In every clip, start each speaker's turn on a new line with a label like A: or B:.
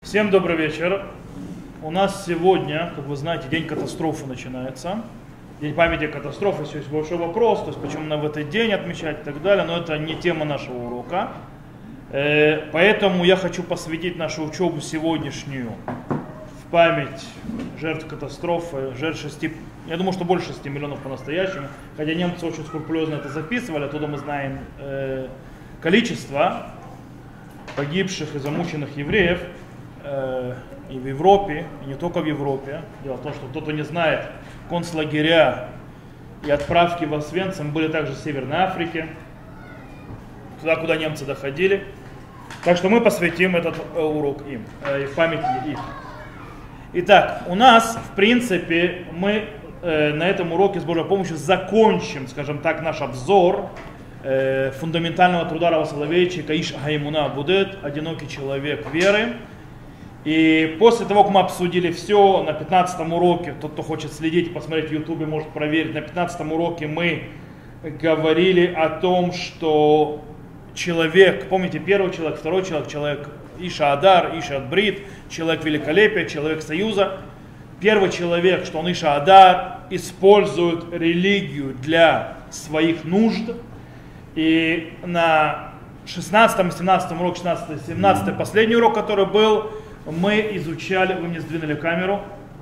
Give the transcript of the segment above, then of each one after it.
A: Всем добрый вечер. У нас сегодня, как вы знаете, день катастрофы начинается. День памяти катастрофы, все есть большой вопрос, то есть почему нам в этот день отмечать и так далее, но это не тема нашего урока. Поэтому я хочу посвятить нашу учебу сегодняшнюю в память жертв катастрофы, жертв 6, я думаю, что больше 6 миллионов по-настоящему, хотя немцы очень скрупулезно это записывали, оттуда мы знаем количество погибших и замученных евреев и в Европе, и не только в Европе. Дело в том, что кто-то не знает, концлагеря и отправки в Освенцим были также в Северной Африке, туда, куда немцы доходили. Так что мы посвятим этот урок им, в память их. Итак, у нас, в принципе, мы на этом уроке с Божьей помощью закончим, скажем так, наш обзор фундаментального труда Рава Соловейчика «Иш Гаимуна Будет», «Одинокий человек веры». И после того, как мы обсудили все, на 15-м уроке, тот, кто хочет следить и посмотреть в Ютубе, может проверить, на 15-м уроке мы говорили о том, что человек, помните, первый человек, второй человек, человек Иша Адар, Иша Брит, человек великолепия, человек союза. Первый человек, что он Иша Адар, использует религию для своих нужд. И на 16-м, 17-м уроке, 16-м, 17-м, последний урок, который был, мы изучали, вы мне сдвинули камеру,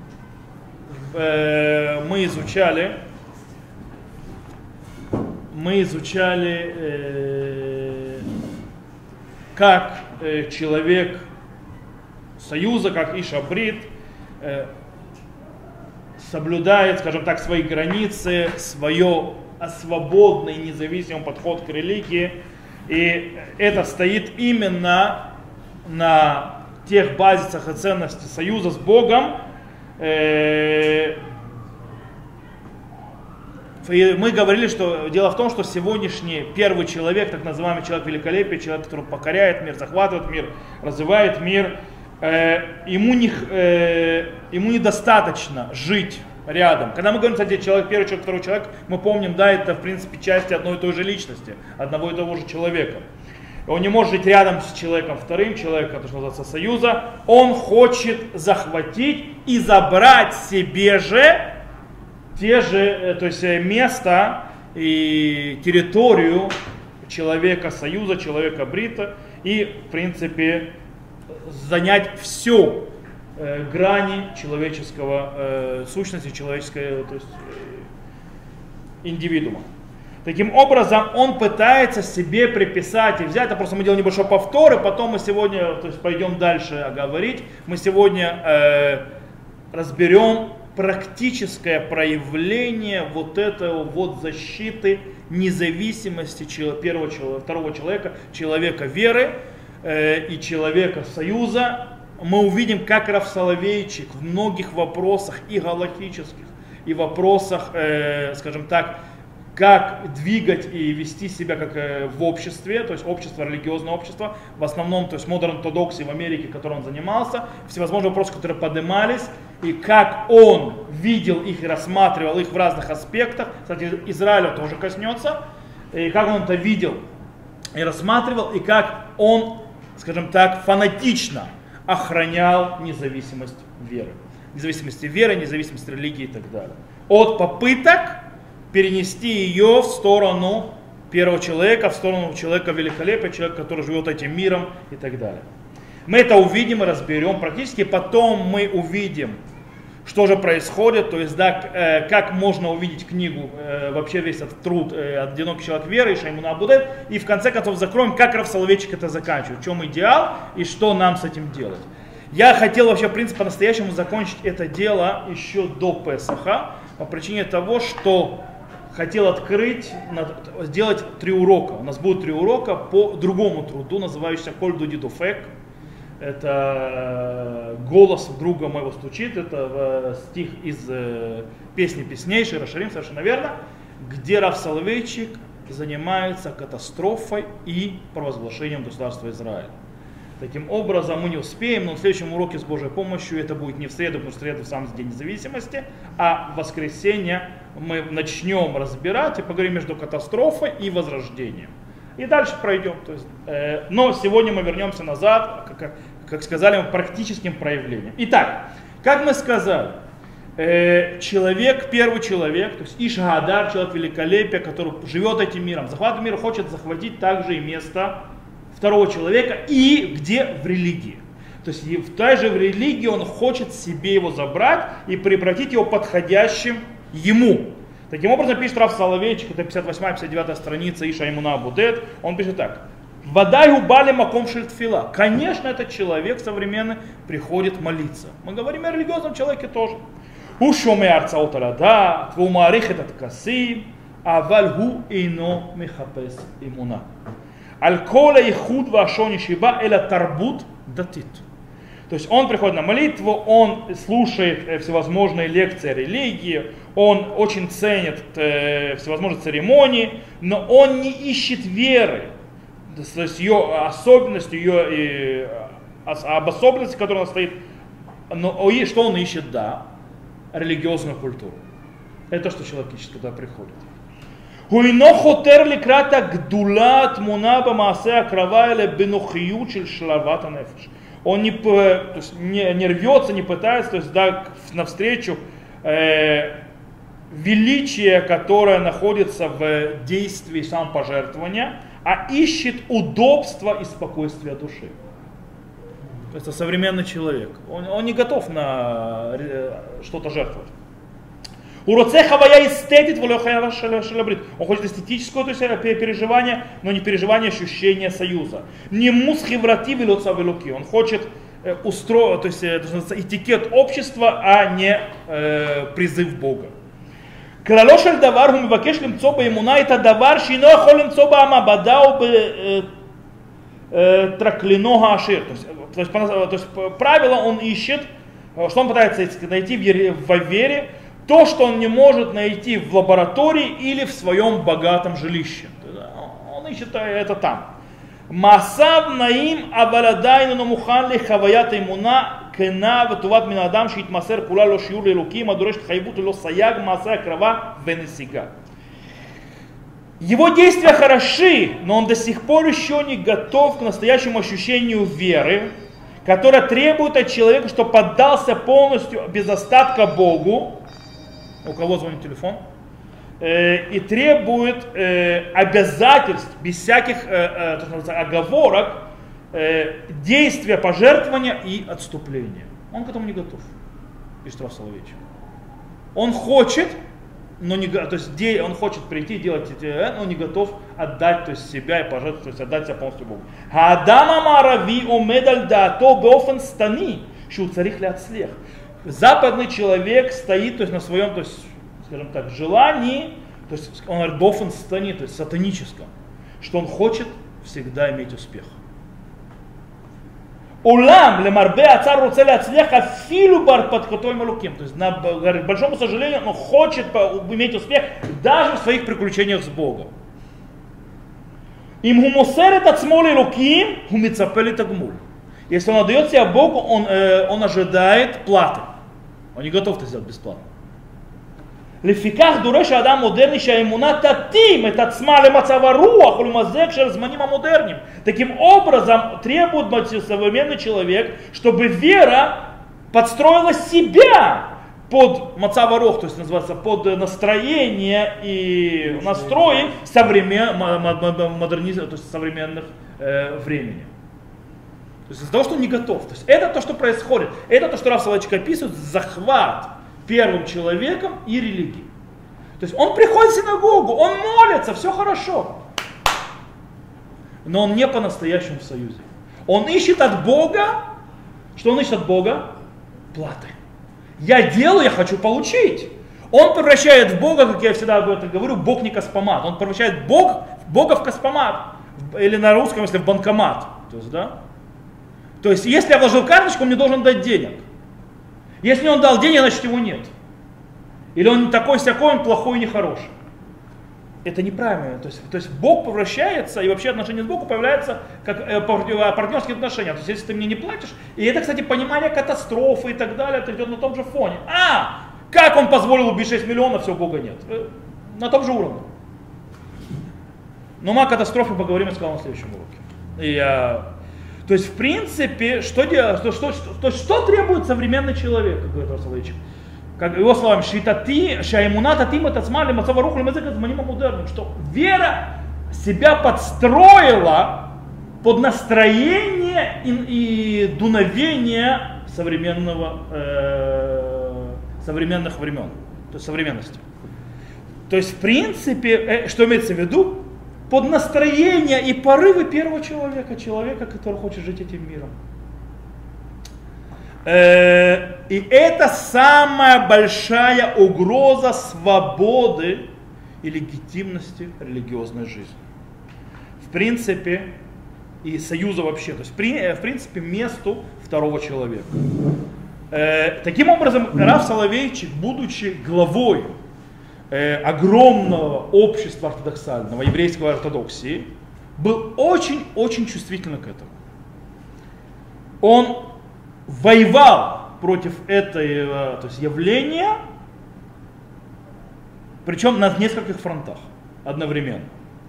A: мы изучали как человек союза, как Иша Брит, соблюдает, скажем так, свои границы, свое свободный и независимый подход к религии. И это стоит именно на тех базисах и ценностях союза с Богом. И мы говорили, что дело в том, что сегодняшний первый человек, так называемый человек великолепия, человек, который покоряет мир, захватывает мир, развивает мир, ему недостаточно жить рядом. Когда мы говорим, кстати, человек, первый человек, второй человек, мы помним, да, это в принципе части одной и той же личности, одного и того же человека. Он не может жить рядом с человеком вторым, человеком, который называется союза. Он хочет захватить и забрать себе же те же, то есть место и территорию человека союза, человека брита, и в принципе занять все грани человеческого сущности, человеческого, то есть индивидуума. Таким образом, он пытается себе приписать и взять, это просто мы делаем небольшой повтор, и потом мы сегодня, то есть пойдем дальше говорить, мы сегодня разберем практическое проявление вот этого вот защиты независимости первого человека, второго человека, человека веры и человека союза. Мы увидим, как Рав Соловейчик в многих вопросах и галахических, и вопросах, скажем так, как двигать и вести себя как в обществе, то есть общество, религиозное общество, в основном, то есть Modern Orthodoxy в Америке, которым он занимался, всевозможные вопросы, которые поднимались, и как он видел их и рассматривал их в разных аспектах, кстати, Израиля тоже коснется, и как он это видел и рассматривал, и как он, скажем так, фанатично охранял независимость веры. Независимость веры, независимость религии и так далее. От попыток перенести ее в сторону первого человека, в сторону человека великолепия, человека, который живет этим миром и так далее. Мы это увидим и разберем практически, потом мы увидим, что же происходит, то есть, да, как можно увидеть книгу, вообще весь этот труд «Одинокий человек веры» и «Шаймуна Будет», и в конце концов закроем, как Рав Соловейчик это заканчивает, в чем идеал и что нам с этим делать. Я хотел вообще, в принципе, по-настоящему закончить это дело еще до Песаха, по причине того, что хотел открыть, сделать 3 урока. У нас будет 3 урока по другому труду, называющийся «Коль дуди дуфек». Это голос друга моего стучит, это стих из песни песней Шира Ширим, совершенно верно, где Рав Соловейчик занимается катастрофой и провозглашением государства Израиль. Таким образом, мы не успеем, но в следующем уроке с Божьей помощью, это будет не в среду, потому что в среду сам день независимости, а в воскресенье мы начнем разбирать и поговорим между катастрофой и возрождением. И дальше пройдем. То есть, но сегодня мы вернемся назад, как как сказали мы, практическим проявлением. Итак, как мы сказали, человек, первый человек, то есть Иш-Гадар, человек великолепия, который живет этим миром, захват мира хочет захватить также и место второго человека, и где в религии. То есть в той же религии он хочет себе его забрать и превратить его подходящим ему. Таким образом пишет Рав Соловейчик, это 58-59 страница Иша Имуна Абудет, он пишет так. Водай убали маком шельтфила. Конечно, этот человек современный приходит молиться. Мы говорим о религиозном человеке тоже. Ушоме арцаот алада, твумарих этот каси, авальгу ино мехапес имуна. Аль-кола ихуд вашони шиба эля тарбут датит. То есть он приходит на молитву, он слушает всевозможные лекции о религии, он очень ценит всевозможные церемонии, но он не ищет веры. То есть ее особенность, ее обособленность, которая она стоит, но что он ищет, да, религиозную культуру. Это что человек ищет, когда приходит. Хуино хотер ликрата гдула тмуна бамаасе акрава эле бенохиют шель шлавата нефеш. Он не рвется, не пытается, то есть да, навстречу величие, которое находится в действии самопожертвования, а ищет удобства и спокойствия души. То есть это современный человек. Он не готов на что-то жертвовать. Он хочет эстетическое, то есть переживание, но не переживание ощущения союза. Не мусхиврати велоца велуки. Он хочет устроить, то есть этикет общества, а не призыв Бога. כללו של דבר הוא מבקש למצוא באמונה את הדבר שאינו יכול למצוא במעבדה או בטרקלינו העשיר. То есть правило он ищет, что он пытается найти в вере, то, что он не может найти в лаборатории или в своем богатом жилище. Он ищет это там. Масав наим аваладайну намухан ли хаваят имуна кена ватуват мин адам шит масер кула ло шиур лелуким адуреш тхайбут ло саяг масер крава венесига. Его действия хороши, но он до сих пор еще не готов к настоящему ощущению веры, которая требует от человека, чтобы поддался полностью без остатка Богу. У кого звонит телефон? И требует обязательств, без всяких оговорок, действия, пожертвования и отступления. Он к этому не готов, пишет Рав Соловейчик. Он хочет, но не, то есть он хочет прийти, делать это, но не готов отдать, то есть себя и пожертвовать, то есть отдать себя полностью Богу. Хаадама марави омедаль даато беофен стани, шу царих ли отслех. Западный человек стоит, то есть на своем, то есть, скажем так, желании, то есть он говорит бофен стани, то есть сатаническом, что он хочет всегда иметь успех. Улам лемарбе ацар руцеле отслех афилу бар подкотой малуким. То есть, к большому сожалению, он хочет иметь успех даже в своих приключениях с Богом. Им гумосерет от смоли луким гумицапели тагмуль. Если он отдает себя Богу, он ожидает платы. Он не готов это сделать бесплатно. לפיכך דורש האדם מודרני שהאמונה תתאים את עצמה למצב הרוח ולמזג של הזמנים המודרניים. Таким образом требует современный человек, чтобы вера подстроила себя под מצב הרוח, то есть называется под настроение и настрои современных времени. То есть из-за того, что он не готов. То есть это то, что происходит. Это то, что Рав Соловейчик описывает, захват первым человеком и религией. То есть он приходит в синагогу, он молится, все хорошо. Но он не по-настоящему в союзе. Он ищет от Бога, что он ищет от Бога? Платы. Я делаю, я хочу получить. Он превращает в Бога, как я всегда об этом говорю, Бог не каспомат. Он превращает Бога в каспомат. Или на русском, если в банкомат. То есть, да? То есть, если я вложил карточку, он мне должен дать денег. Если он дал денег, значит его нет. Или он такой-сякой, он плохой и нехороший. Это неправильно. То есть Бог превращается, и вообще отношения с Богом появляются как партнерские отношения. То есть если ты мне не платишь, и это, кстати, понимание катастрофы и так далее, это идет на том же фоне. Как он позволил убить 6 миллионов, все, Бога нет. На том же уровне. Но мы о катастрофе поговорим, я сказал, на следующем уроке. То есть, в принципе, что делать, что требует современный человек, как говорит Равсоловейчик? Как его словами, что вера себя подстроила под настроение и дуновение современных времен, то есть современности. То есть, в принципе, что имеется в виду? Под настроение и порывы первого человека, который хочет жить этим миром. И это самая большая угроза свободы и легитимности религиозной жизни. В принципе, и союза вообще, то есть в принципе месту второго человека. Таким образом, Рав Соловейчик, будучи главой огромного общества ортодоксального, еврейской ортодоксии, был очень-очень чувствителен к этому. Он воевал против этого, то есть явления, причем на нескольких фронтах одновременно.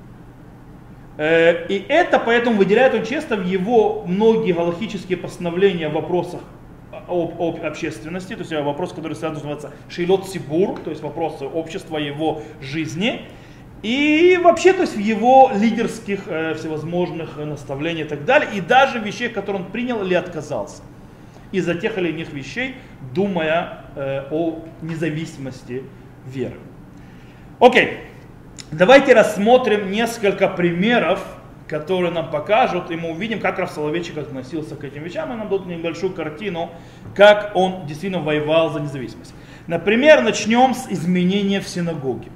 A: И это поэтому выделяет он часто в его многие галахические постановления в вопросах об общественности, то есть вопрос, который называется шейлот цибур, то есть вопросы общества, его жизни, и вообще, то есть в его лидерских всевозможных наставлениях и так далее, и даже вещей, которые он принял или отказался из-за тех или иных вещей, думая о независимости веры. Окей, давайте рассмотрим несколько примеров, которые нам покажут, и мы увидим, как Рав Соловейчик относился к этим вещам, и нам дадут небольшую картину, как он действительно воевал за независимость. Например, начнем с изменения в синагоге.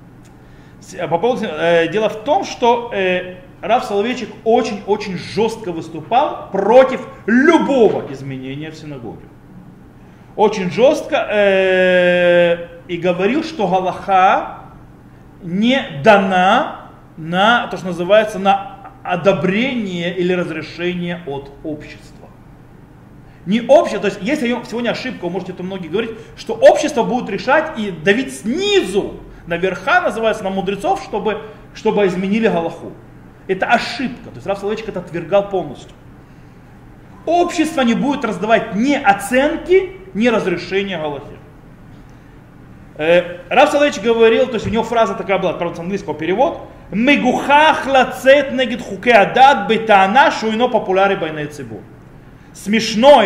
A: Дело в том, что Рав Соловейчик очень-очень жестко выступал против любого изменения в синагоге. Очень жестко и говорил, что галаха не дана на то, что называется, на одобрение или разрешение от общества. Не общество, то есть если сегодня ошибка, вы можете это многие говорить, что общество будет решать и давить снизу наверха, называется, на мудрецов, чтобы изменили галаху. Это ошибка, то есть Рав Соловейчик это отвергал полностью. Общество не будет раздавать ни оценки, ни разрешения галахи. Рав Соловейчик говорил, то есть у него фраза такая была, правда, с английского перевод, «Мегухах лацет негид хуке адат бетана шуйно популярный байней цибур». Смешно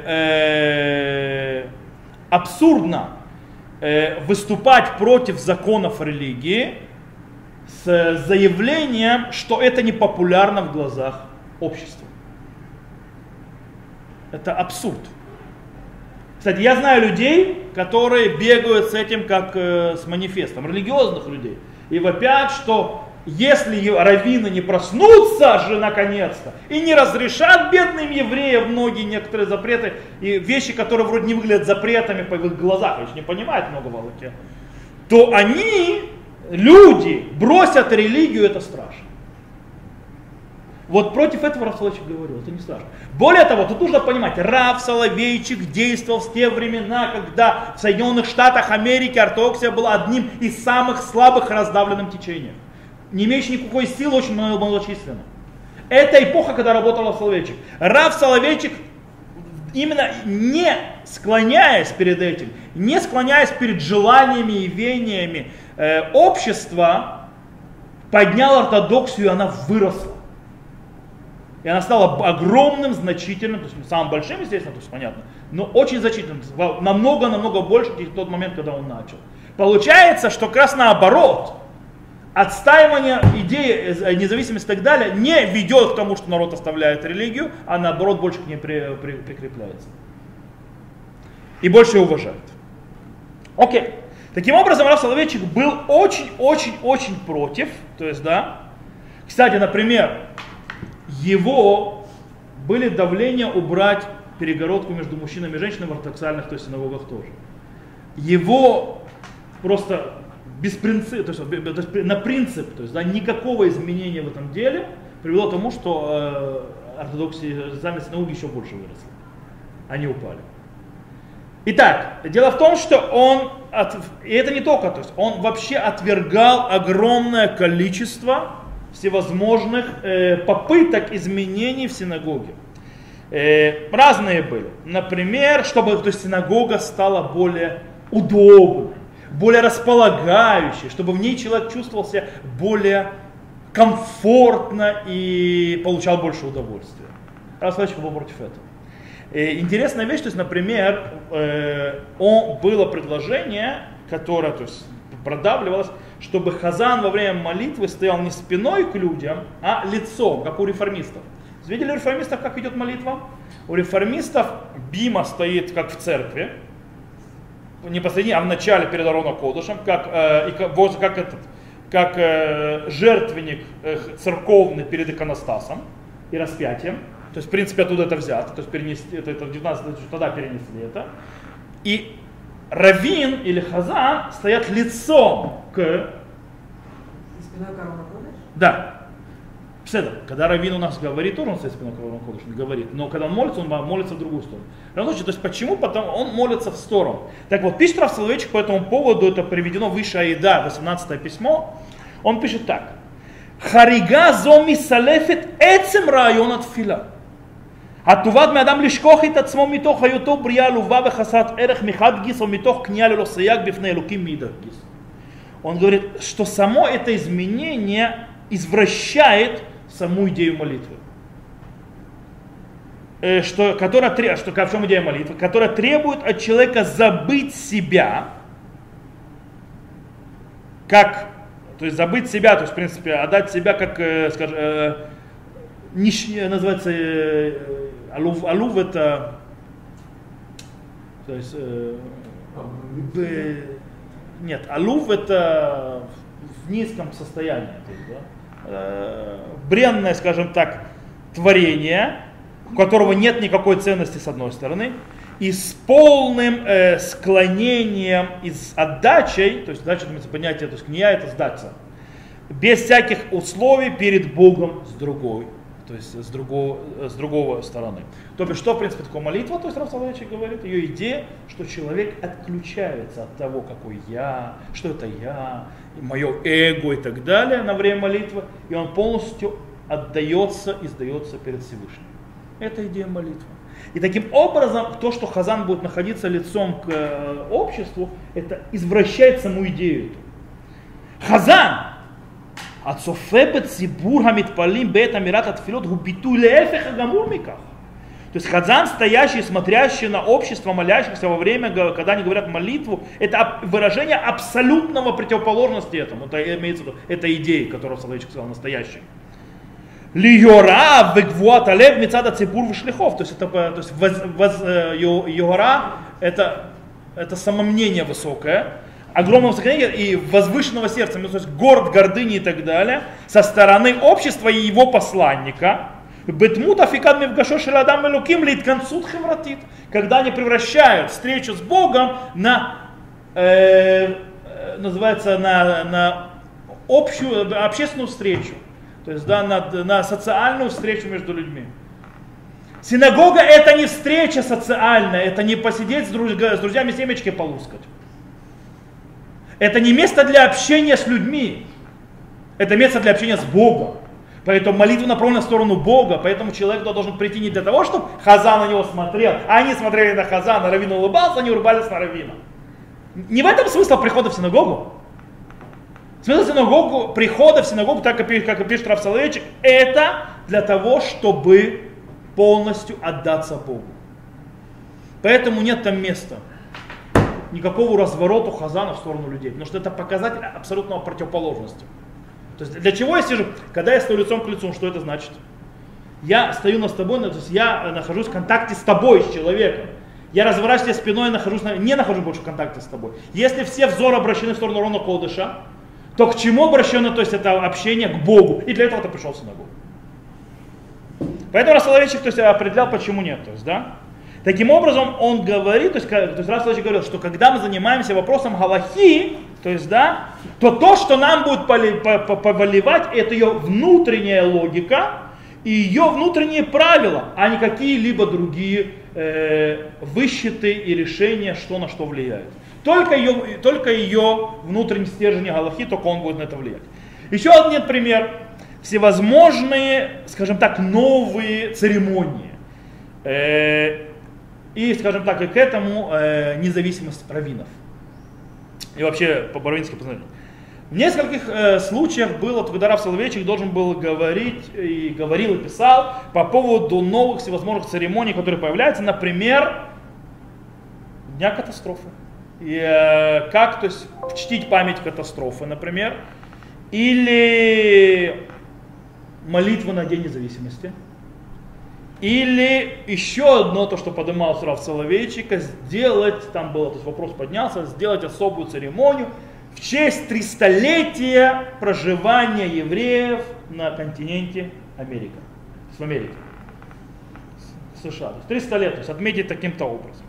A: или абсурдно выступать против законов религии с заявлением, что это не популярно в глазах общества. Это абсурд. Кстати, я знаю людей, которые бегают с этим как с манифестом, религиозных людей, и вопят, что если раввины не проснутся же наконец-то и не разрешат бедным евреям многие некоторые запреты и вещи, которые вроде не выглядят запретами по их глазах, они же не понимают много в Аллахе, то они, люди, бросят религию, это страшно. Вот против этого Рав Соловейчик говорил, это не страшно. Более того, тут нужно понимать, Рав Соловейчик действовал в те времена, когда в Соединенных Штатах Америки ортодоксия была одним из самых слабых раздавленным течением, не имеющим никакой силы, очень малочисленным. Это эпоха, когда работал Рав Соловейчик. Рав Соловейчик, именно не склоняясь перед этим, не склоняясь перед желаниями и веяниями общества, поднял ортодоксию, и она выросла. И она стала огромным, значительным, то есть самым большим, естественно, то есть понятно, но очень значительным, намного больше, чем в тот момент, когда он начал. Получается, что как раз наоборот, отстаивание идеи независимости и так далее не ведет к тому, что народ оставляет религию, а наоборот больше к ней прикрепляется. И больше ее уважает. Окей. Таким образом, Рав Соловейчик был очень против, то есть, да. Кстати, например, его были давления убрать перегородку между мужчинами и женщинами в ортодоксальных, то есть синагогах тоже. Его просто без принципа, то есть на принцип, то есть да, никакого изменения в этом деле привело к тому, что ортодоксии, сами синагоги еще больше выросли. Они упали. Итак, дело в том, что он, и это не только, то есть он вообще отвергал огромное количество всевозможных попыток изменений в синагоге. Разные были. Например, чтобы то есть, синагога стала более удобной, более располагающей, чтобы в ней человек чувствовал себя более комфортно и получал больше удовольствия. Раф был против этого. Интересная вещь, то есть, например, было предложение, которое то есть, продавливалось, чтобы хазан во время молитвы стоял не спиной к людям, а лицом, как у реформистов. Видели у реформистов, как идет молитва? У реформистов бима стоит, как в церкви, не посредине, а в начале перед Арона Кодышем, как жертвенник церковный перед иконостасом и распятием. То есть, в принципе, оттуда это взято, то есть перенесли, это в 19 тогда перенесли это. И раввин или хазан стоят лицом к...
B: Спиной к Арону Кодыш?
A: Да. Когда раввин у нас говорит, тоже он стоит спиной к Арону Кодыш, не говорит. Но когда он молится в другую сторону. То есть почему? Потому он молится в сторону. Так вот, пишет Рав Соловейчик по этому поводу, это приведено выше Аида, 18 письмо. Он пишет так. Харига зоми салефет эцем район от фила. הטובת מאדם לשכוח את עצמו מתוך היותו בריאה עלובה וחסרת ערך מחד גיס או מתוך כניעה ללא סייג בפני אלוקים מאידך גיס. Он говорит, что само это изменение извращает саму идею молитвы. В чем идея молитвы? Которая требует от человека забыть себя, то есть забыть себя, то есть в принципе отдать себя как, скажем, называется алув это, то есть, нет, алув это в низком состоянии, то есть, да, бренное, скажем так, творение, у которого нет никакой ценности с одной стороны, и с полным склонением и с отдачей, то есть отдача, понятие, то есть кния это сдаться, без всяких условий перед Богом с другой. То есть с другого стороны. То есть что в принципе такое молитва, то есть Рав Соловейчик говорит, ее идея, что человек отключается от того, какой я, что это я, мое эго и так далее на время молитвы, и он полностью отдается и сдается перед Всевышним. Это идея молитвы. И таким образом то, что хазан будет находиться лицом к обществу, это извращает саму идею. Хазан! הצופה בציבור המתפללים בעת אמירת התפילות הוא ביטוי להפך הגמור מכך. То есть хазан, стоящий, смотрящий на общество молящихся во время, когда они говорят молитву, это выражение абсолютного противоположности этому. Это имеется в виду, это идея, которую Соловейчик сказал, настоящая. Льора вегвуат алев мецада цибур вишлихов. То есть йора это самомнение высокое, огромного сохранения и возвышенного сердца, то есть горд, гордыни и так далее, со стороны общества и его посланника, когда они превращают встречу с Богом на, называется, на общественную встречу, то есть да, на социальную встречу между людьми. Синагога это не встреча социальная, это не посидеть с друзьями семечки полускать. Это не место для общения с людьми, это место для общения с Богом. Поэтому молитва направлена в сторону Бога, поэтому человек должен прийти не для того, чтобы хазан на него смотрел, а они смотрели на хазана, раввин улыбался, они улыбались на раввина. Не в этом смысл прихода в синагогу. Смысл прихода в синагогу, так как пишет Рав Соловейчик, это для того, чтобы полностью отдаться Богу. Поэтому нет там места. Никакого разворота хазана в сторону людей, потому что это показатель абсолютного противоположности. То есть для чего я сижу? Когда я стою лицом к лицу, что это значит? Я стою с тобой, то есть я нахожусь в контакте с тобой, с человеком. Я разворачиваюсь спиной, не нахожусь больше в контакте с тобой. Если все взоры обращены в сторону Арона Кодыша, то к чему обращено, то есть это общение к Богу. И для этого ты пришел в синагогу. Поэтому Рав Соловейчик то есть, определял, почему нет. То есть, да? Таким образом, он говорит, то есть Рав Соловейчик говорил, что когда мы занимаемся вопросом галахи, то есть, да, то, что нам будет повелевать, это ее внутренняя логика и ее внутренние правила, а не какие-либо другие высчеты и решения, что на что влияет. Только ее внутренний стержень галахи, только он будет на это влиять. Еще один пример. Всевозможные, скажем так, новые церемонии. И, скажем так, и к этому независимость раввинов. И вообще по-раввински познание. В нескольких случаях было, когда Рав Соловейчик должен был говорить, и говорил, и писал по поводу новых всевозможных церемоний, которые появляются, например, Дня катастрофы. И, как, то есть, чтить память катастрофы, например, или молитва на День независимости, или еще одно, то, что поднимался Рав Соловейчика, сделать, там был этот вопрос поднялся, сделать особую церемонию в честь 300-летия проживания евреев на континенте Америка, в Америке, в США. То есть 300 лет, то есть отметить таким-то образом.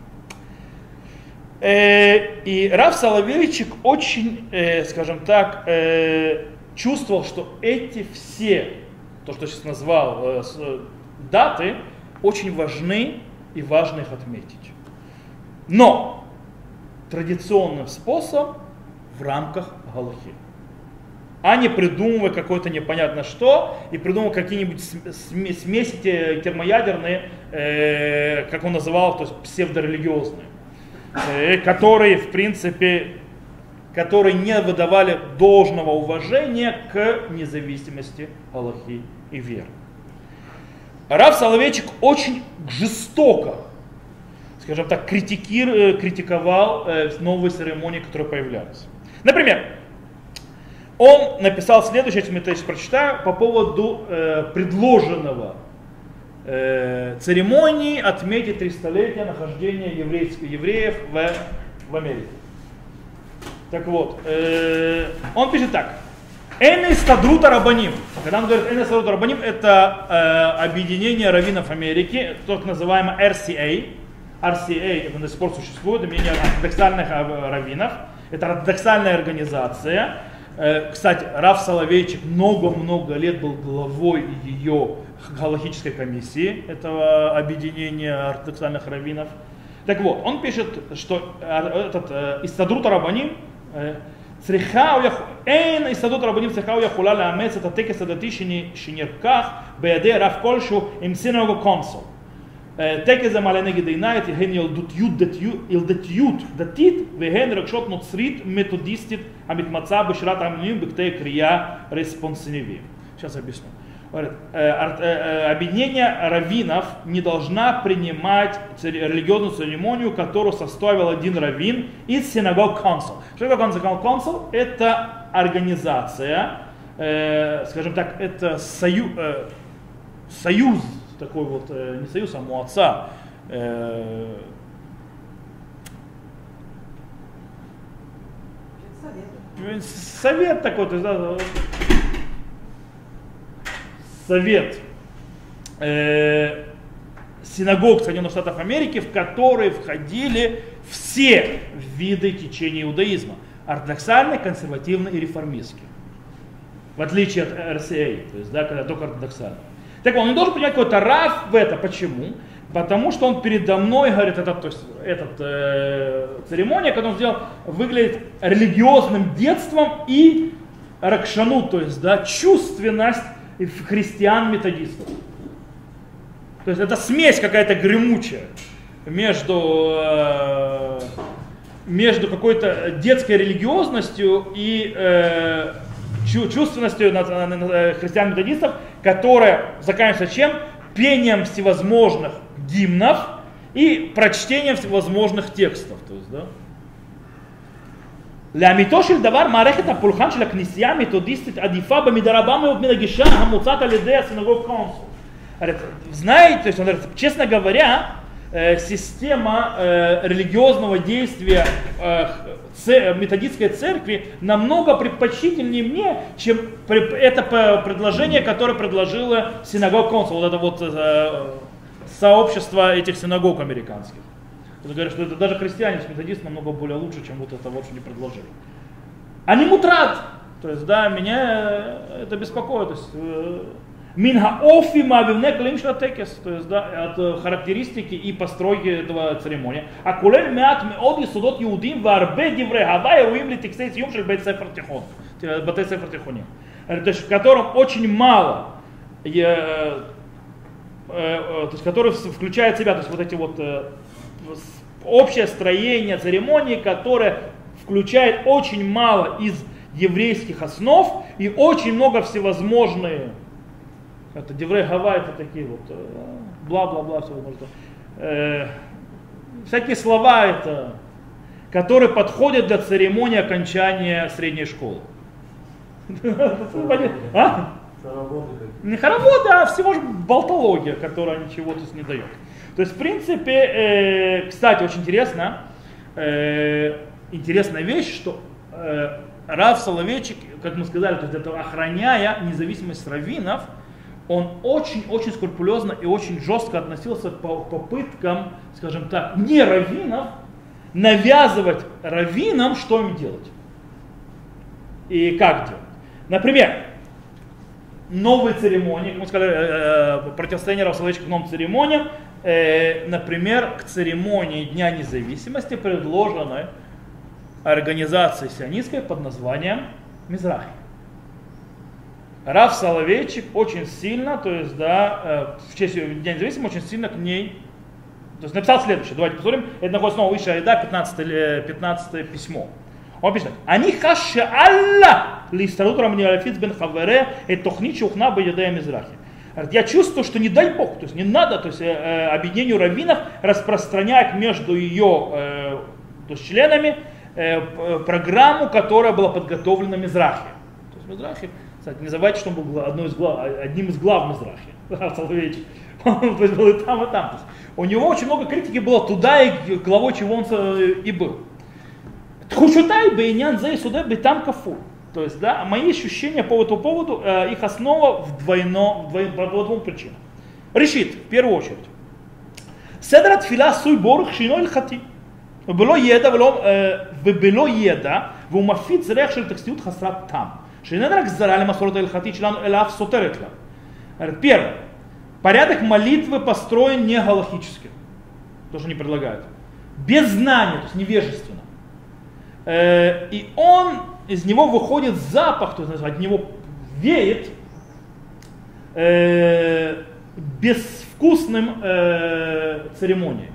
A: И Рав Соловейчик очень, скажем так, чувствовал, что эти все, то, что я сейчас назвал, даты, очень важны и важно их отметить. Но традиционным способом в рамках галахи. А не придумывая какое-то непонятно что и придумывая какие-нибудь смеси термоядерные, как он называл, то есть псевдорелигиозные, которые, в принципе, которые не выдавали должного уважения к независимости галахи и веры. Рав Соловейчик очень жестоко, скажем так, критиковал новые церемонии, которые появлялись. Например, он написал следующее, если я это сейчас прочитаю, по поводу предложенного церемонии отметить 300-летие нахождения евреев в Америке. Так вот, он пишет так. Эн истадрута рабаним. Когда он говорит эн истадрута рабаним, это объединение раввинов Америки, так называемое RCA. RCA, это до сих пор существует, объединение ортодоксальных раввинов. Это ортодоксальная организация. Кстати, Рав Соловейчик много-много лет был главой ее галахической комиссии, этого объединения ортодоксальных раввинов. Так вот, он пишет, что этот истадрута рабаним, אין הסתדרות הרבנים צריכה או יכולה לאמץ את הטקס הדתי שנרקח בידי רב כלשהו עם סינגוג קונסול. טקס זה מעלה נגד עיניי הן ילדותיות דתית והן רגשות נוצרית מתודיסטית המתמצאה בשירת המינויים בקטעי קריאה רספונסיביים. Сейчас объясню. Объединение раввинов не должна принимать религиозную церемонию, которую составил один раввин из синагог консул. Что такое синагог консул? Это организация, скажем так, это союз такой вот, не союз, а муаца, совет такой, то есть, да, совет синагог Соединенных Штатов Америки, в которые входили все виды течения иудаизма. Ортодоксальный, консервативный и реформистский. В отличие от RCA, то есть, да, когда только ортодоксальный. Так вот, он не должен принимать какой-то рав в это. Почему? Потому что он передо мной, говорит, церемония, которую он сделал, выглядит религиозным детством и ракшану, то есть, да, чувственность христиан-методистов. То есть это смесь какая-то гремучая между какой-то детской религиозностью и чувственностью христиан-методистов, которая заканчивается чем? Пением всевозможных гимнов и прочтением всевозможных текстов. То есть, да? לאמיתו של דבר, מערכת הפולחן של הכנסייה המתודיסטית עדיפה במידה רבה מאוד מן הגישה המוצעת על ידי הסינגוג קונסול. Знаете, то есть, он говорит, честно говоря, система религиозного действия методистской церкви намного предпочтительнее мне, чем это предложение, которое предложила синагог консул, вот это вот сообщество этих синагог американских. Говорят, что это даже христиане с методистом намного более лучше, чем вот это вот, что не предложили. Они мутрат, то есть, да, меня это беспокоит. То есть, минха офи мавивне клим шлатекес, то есть, да, от характеристики и постройки этого церемонии. А кулель меат меод есудот иудим варбе дивре хава ируим ли тексей сьюм шель бет сефер тихон, то есть, в котором очень мало то есть, который включает в себя, то есть вот эти вот общее строение церемонии, которое включает очень мало из еврейских основ и очень много всевозможные, это деврей гава, это такие вот бла-бла-бла, все возможно, всякие слова, это, которые подходят для церемонии окончания средней школы. Не хороводы, а всего же болтология, которая ничего тут не дает. То есть, в принципе, кстати, очень интересная вещь, что Рав Соловейчик, как мы сказали, то есть это охраняя независимость раввинов, он очень скрупулезно и очень жестко относился к попыткам, скажем так, не раввинов, навязывать раввинам, что им делать. И как делать. Например, новые церемонии, как мы сказали, противостояние Рава Соловейчика к новым церемониям, например, к церемонии Дня независимости, предложенной организацией сионистской под названием Мизрахи. Рав Соловейчик очень сильно, то есть, да, в честь Дня независимости, очень сильно к ней, то есть написал следующее, давайте посмотрим, это находится снова выше Айда, 15 письмо. Он пишет, «Они хаши Алла листарут рамни алафиц бен хавере и тохнит шухна б'ядея Мизрахи». Я чувствую, что не дай Бог, то есть не надо, то есть объединению раввинов распространять между ее то есть, членами программу, которая была подготовлена Мизрахи. То есть Мизрахи, кстати, не забывайте, что он был одним из глав Мизрахи, Соловейчик. Он был и там, и там. То есть, у него очень много критики было туда, и главой чего он и был. Тхушутай бейнян зей суде битам кафу. То есть, да, мои ощущения по этому поводу, их основа по двум причинам. Решит, в первую очередь. Седра тфила суй борх шино илхати. ובלא ידע, והוא מפיץ ריח של טקסטיות חסרת טעם, שאיננה רק זרה למסורת ההלכתית שלנו, אלא אף סותרת לה. Первое. Порядок молитвы построен не галахически, то, что они предлагают, без знания, то есть невежественно. И из него выходит запах, то есть от него веет безвкусным церемонией,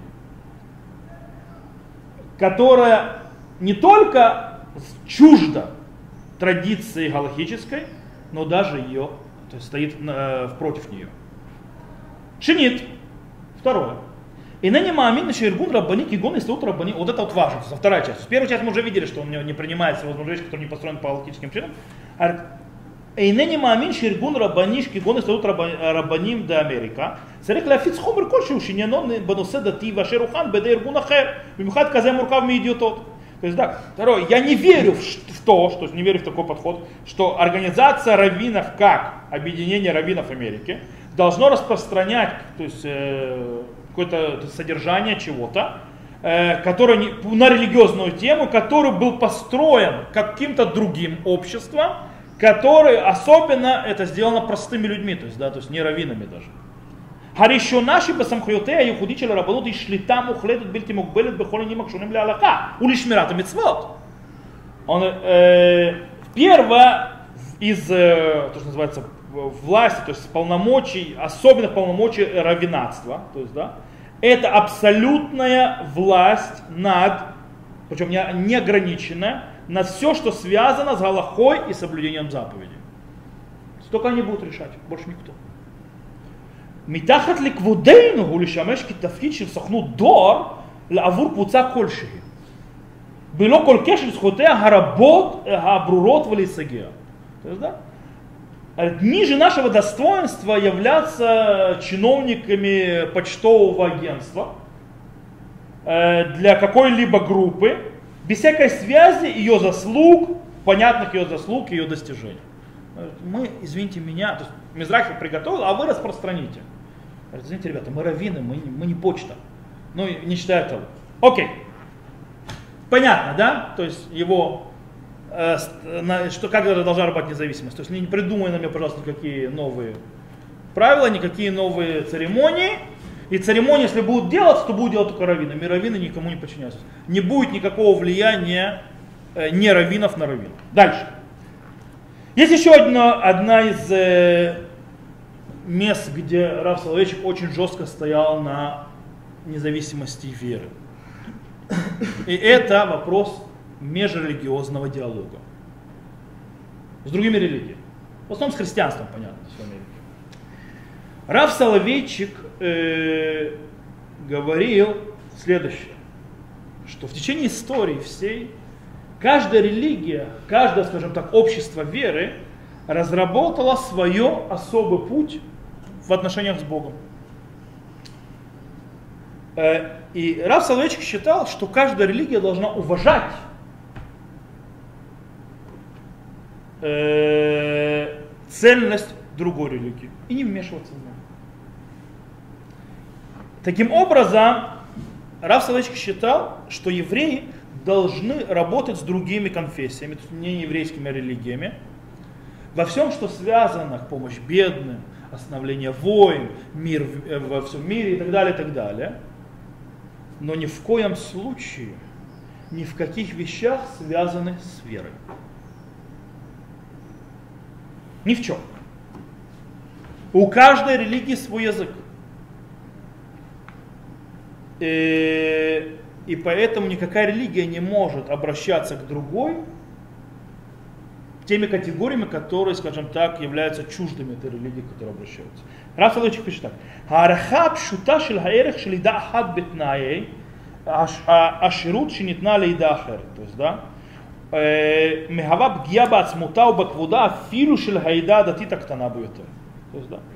A: которая не только чужда традиции галахической, но даже ее, то есть стоит против нее. Шинит. Второе. И ныне маамин, что иргун раббани, кигон и стаут раббани. Вот это вот важно, вторая часть. Первую часть мы уже видели, что он не принимается возможно вещи, которые не построены по галахическим чинам. И ныне маамин, что иргун раббани, кигон и стаут раббаним до Америка. Царек лафиц хомер кольши шиньянон банусе дати вашер ухан беде иргун ахер. Бимхат казе муркав ми идиотот. То есть, да, второе, я не верю в то, что не верю в такой подход, что организация раввинов, как объединение раввинов Америки, должно распространять, то есть, какое-то содержание чего-то, которое на религиозную тему, который был построен каким-то другим обществом, которое особенно это сделано простыми людьми, то есть не раввинами даже. הראשונה שבסמכויותיה הייחודית של הרבנות היא שליטה מוחלטת בלתי מוגבלת בכל העניינים הקשורים להלכה ולשמירת המצוות. Первое из, то, что называется, власти, то есть полномочий, особенных полномочий раввинатства, то есть, да, это абсолютная власть над, причем неограниченная, над все, что связано с галахой и соблюдением заповедей. Только они будут решать, больше никто. מתחת לכבודנו הוא לשמש כתפקיד של סוכנות דואר לעבור קבוצה כלשהי. בלא כל קשר לזכויותיה הרבות, הברורות ולהישגיה. То есть, да? Ниже нашего достоинства являться чиновниками почтового агентства для какой-либо группы, без всякой связи ее заслуг, понятных ее заслуг и ее достижений. Мы, извините меня, то есть Мизрахи приготовил, а вы распространите. Извините, ребята, мы раввины, мы не почта. Ну, не считая того. Окей. Понятно, да? То есть его, что как должна работать независимость. То есть не придумай на меня, пожалуйста, никакие новые правила, никакие новые церемонии. И церемонии, если будут делаться, то будут делать только раввины. Раввины никому не подчиняются. Не будет никакого влияния не раввинов на раввинов. Дальше. Есть еще одна из мест, где Рав Соловейчик очень жестко стоял на независимости веры. И это вопрос межрелигиозного диалога с другими религиями. В основном с христианством, понятно, в Америке. Рав Соловейчик говорил следующее, что в течение истории всей каждая религия, каждое, скажем так, общество веры разработало свой особый путь в отношениях с Богом. И Рав Соловейчик считал, что каждая религия должна уважать цельность другой религии и не вмешиваться в нее. Таким образом, Рав Соловейчик считал, что евреи должны работать с другими конфессиями, то есть не еврейскими религиями, во всем, что связано с помощью бедным, остановление войн, мир во всем мире и так далее, но ни в коем случае, ни в каких вещах связаны с верой. Ни в чем. У каждой религии свой язык. И поэтому никакая религия не может обращаться к другой теми категориями, которые, скажем так, являются чуждыми этой религии, к которой обращаются. Рав Соловейчик пишет так. Хаараха пшута шель хаэрех шель ида ахад бетнаей аширут шинитна лейда ахер. То есть, да, мехава пгия бацмута у баквуда афилу шель хаида датита ктана бьютер. То есть, да.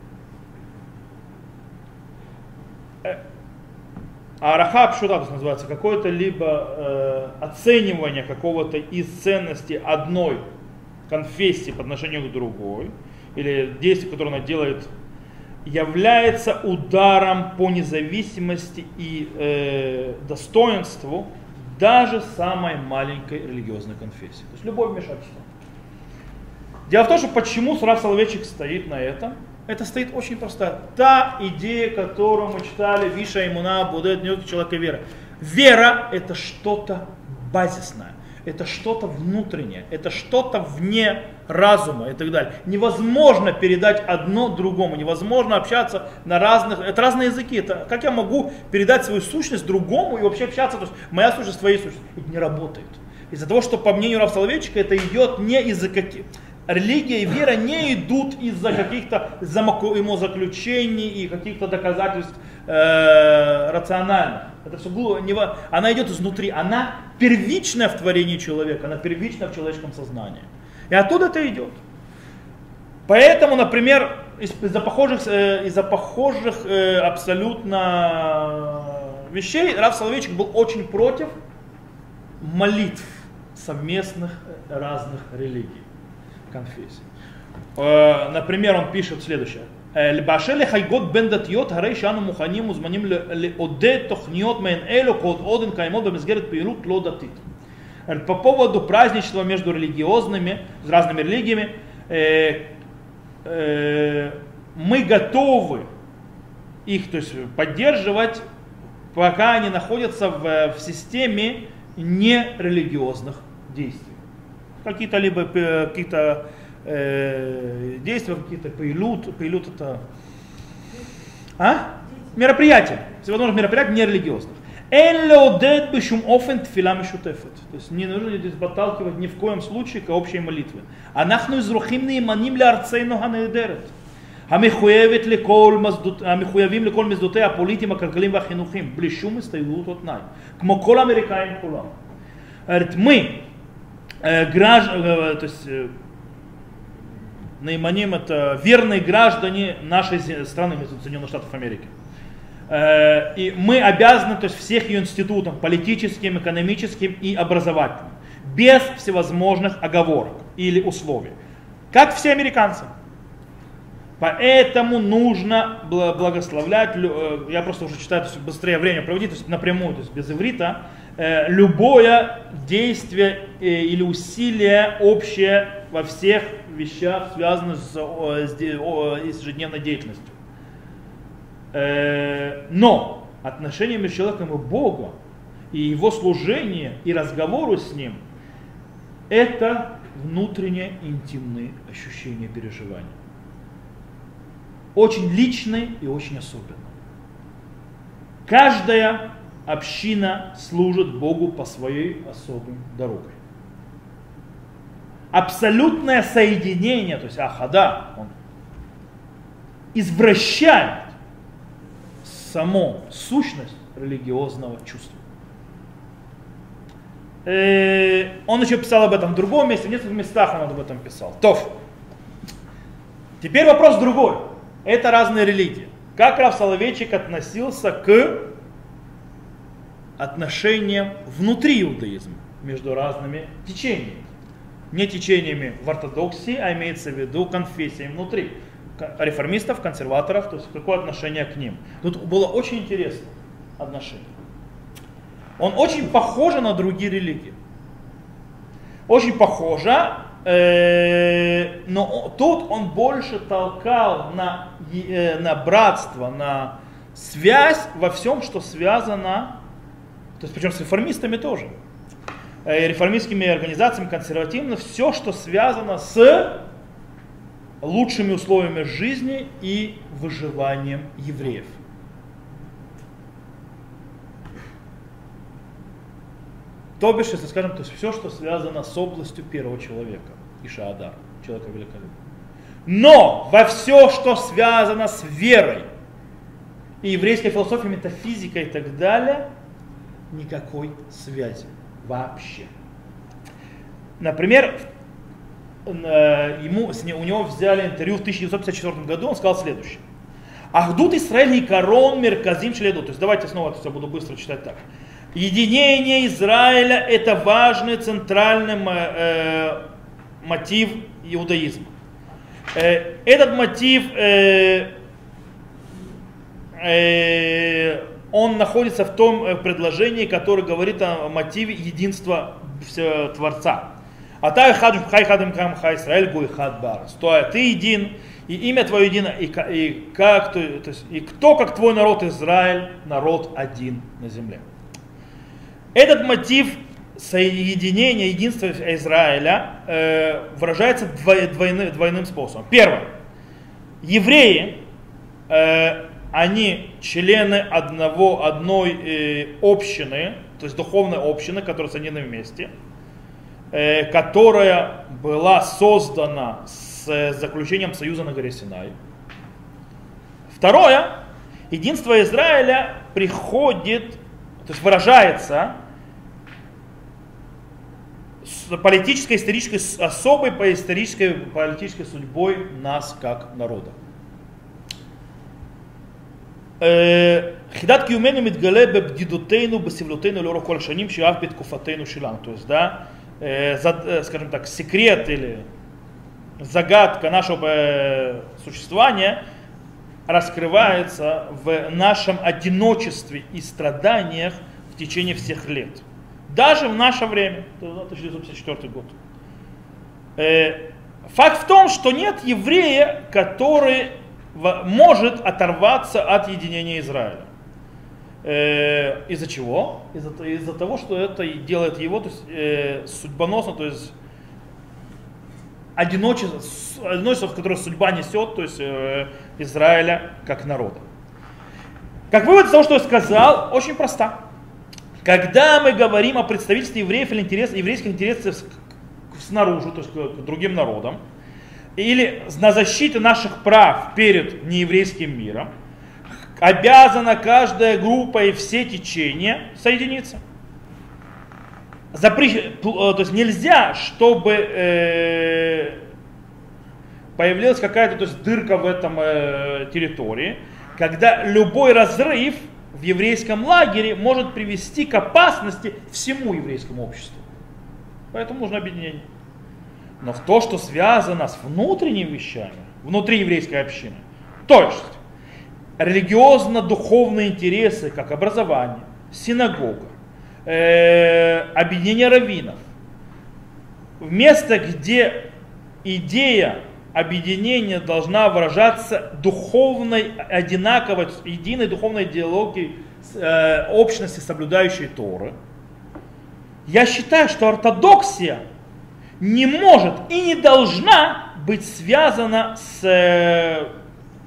A: Араха пшута, то называется, какое-то либо оценивание какого-то из ценностей одной конфессии по отношению к другой, или действие, которое она делает, является ударом по независимости и достоинству даже самой маленькой религиозной конфессии. То есть любое вмешательство. Дело в том, что почему Рав Соловейчик стоит на этом. Это стоит очень просто. Та идея, которую мы читали, Виша Имуна, Будет, человека вера. Вера – это что-то базисное, это что-то внутреннее, это что-то вне разума и так далее. Невозможно передать одно другому, невозможно общаться на разных, это разные языки. Это, как я могу передать свою сущность другому и вообще общаться, то есть моя сущность, твоей сущность. Это не работает. Из-за того, что по мнению Рава Соловейчика это идет не из-за каких... Религия и вера не идут из-за каких-то умозаключений и каких-то доказательств рациональных. Это все она идет изнутри, она первичная в творении человека, она первичная в человеческом сознании. И оттуда это идет. Поэтому, например, из-за похожих абсолютно вещей Рав Соловейчик был очень против молитв совместных разных религий. Конфессий. Например, он пишет следующее. По поводу праздничества между религиозными, с разными религиями, мы готовы их, то есть, поддерживать, пока они находятся в системе нерелигиозных действий. Какие-то действия, какие-то пейлут это мероприятия, всевозможных мероприятий нерелигиозных. То есть не нужно здесь подталкивать ни в коем случае к общей молитве. Анахну изрухим неиманим лярцейну ганедерет. המחויבים לכל מוסדותיה הפוליטיים, הכלכליים והחינוכיים, בלי שום הסתייגות או תנאי, כמו כל האמריקאים כולם. Мы, то есть наиманим это верные граждане нашей страны, Соединенных Штатов Америки. И мы обязаны, то есть, всех ее институтам, политическим, экономическим и образовательным, без всевозможных оговорок или условий, как все американцы. Поэтому нужно благословлять, я просто уже читаю, то есть быстрее время проводить, то есть напрямую, то есть без иврита, любое действие или усилие общее во всех вещах, связанных с ежедневной деятельностью. Но отношения между человеком и Богом, и его служение, и разговору с ним, это внутренние интимные ощущения, переживания. очень личный и очень особенный. Каждая община служит Богу по своей особой дороге. Абсолютное соединение, то есть ахада, он извращает саму сущность религиозного чувства. Он еще писал об этом в другом месте, в нескольких местах он об этом писал. Тов. Теперь вопрос другой. Это разные религии. Как Рав Соловейчик относился к отношениям внутри иудаизма между разными течениями? Не течениями в ортодоксии, а имеется в виду конфессиями внутри. Реформистов, консерваторов, то есть какое отношение к ним. Тут было очень интересное отношение. Он очень похож на другие религии. Очень похоже, но тут он больше толкал на братство, на связь во всем, что связано, то есть причем с реформистами тоже. Реформистскими организациями, консервативно, все, что связано с лучшими условиями жизни и выживанием евреев. То бишь, если скажем, то есть все, что связано с областью первого человека, Ишаадар, человека великолепия. Но во все, что связано с верой и еврейской философией, метафизикой и так далее, никакой связи вообще. Например, у него взяли интервью в 1954 году, он сказал следующее. Ахдут Исраэль и корон мерказим шеледу. То есть давайте снова это все буду быстро читать так. Единение Израиля – это важный центральный мотив иудаизма. Этот мотив, он находится в том предложении, которое говорит о мотиве единства Творца. Атай хай хадим кам хай Израиль гуй хад барас. То есть ты един, и имя твое едино, и кто, как твой народ Израиль, народ один на земле. Этот мотив соединения, единства Израиля выражается двойным способом. Первое. Евреи, они члены одной общины, то есть духовной общины, которая соединена вместе, которая была создана с заключением союза на горе Синай. Второе. Единство Израиля приходит, то есть выражается с политической, исторической, особой по исторической, политической судьбой нас как народа. Хидат киумену митгале бебдидутейну бесевлютейну лору коль шаним шиав беткуфатейну шилам. То есть, да, скажем так, секрет или загадка нашего существования раскрывается в нашем одиночестве и страданиях в течение всех лет. Даже в наше время, 1954 год. Факт в том, что нет еврея, который может оторваться от единения Израиля. Из-за чего? Из-за того, что это делает его, то есть, судьбоносно, то есть одиночество, которое судьба несет, то есть Израиля как народа. Как вывод из того, что я сказал, очень проста. Когда мы говорим о представительстве евреев или еврейских интересов снаружи, то есть к другим народам, или на защите наших прав перед нееврейским миром, обязана каждая группа и все течения соединиться. То есть нельзя, чтобы появилась какая-то, то есть, дырка в этом территории, когда любой разрыв в еврейском лагере может привести к опасности всему еврейскому обществу. Поэтому нужно объединение. Но в то, что связано с внутренними вещами, внутри еврейской общины, то есть религиозно-духовные интересы, как образование, синагога, объединение раввинов, место, где идея объединения должна выражаться духовной, одинаковой, единой духовной идеологией общности, соблюдающей Торы. Я считаю, что ортодоксия не может и не должна быть связана с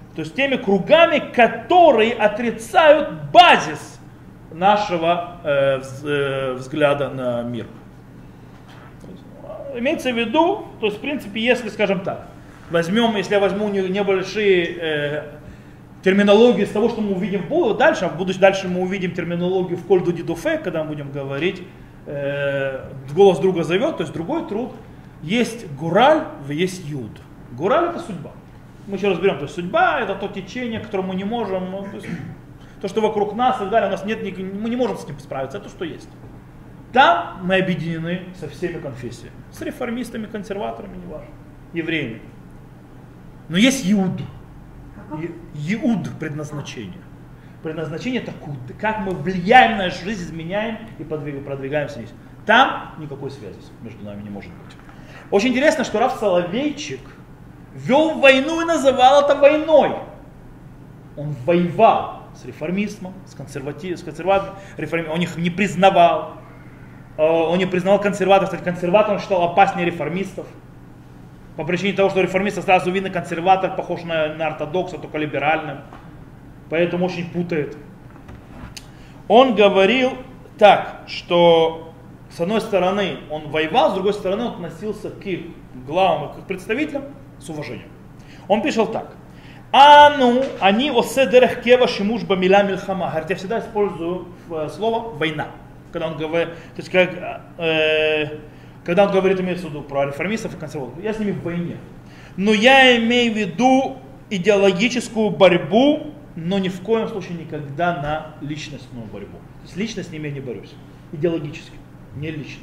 A: То есть теми кругами, которые отрицают базис нашего взгляда на мир. Имеется в виду, то есть в принципе, если, скажем так, если я возьму небольшие терминологию из того, что мы увидим дальше, дальше мы увидим терминологию в Коль Дуди Дуфе, когда мы будем говорить, голос друга зовет, то есть другой труд, есть гураль, есть юд. Гураль это судьба. Мы еще разберем, то есть судьба это то течение, которое мы не можем, то есть, то, что вокруг нас и так далее, у нас нет, мы не можем с ним справиться, это то, что есть. Там мы объединены со всеми конфессиями. С реформистами, консерваторами, неважно, евреями. Но есть иуд. Иуд предназначение. Предназначение это как мы влияем на нашу жизнь, изменяем и продвигаемся здесь. Там никакой связи между нами не может быть. Очень интересно, что Рав Соловейчик вел войну и называл это войной. Он воевал с реформизмом, с консерваторами, он их не признавал. Он не признавал консерваторов. Кстати, консерватор он считал опаснее реформистов. По причине того, что реформисты сразу видно, консерватор похож на ортодокса, только либеральным. Поэтому очень путает. Он говорил так, что с одной стороны он воевал, с другой стороны он относился к их главам, к их представителям с уважением. Он пишет так. Они осе дерех кева шимуш бамиля мильхама. Говорит, я всегда использую слово война. Когда он говорит, то есть когда он говорит, имеется в виду про реформистов и консерваторов, я с ними в войне. Но я имею в виду идеологическую борьбу, но ни в коем случае никогда на личностную борьбу. То есть лично с ними я не борюсь. Идеологически, не лично.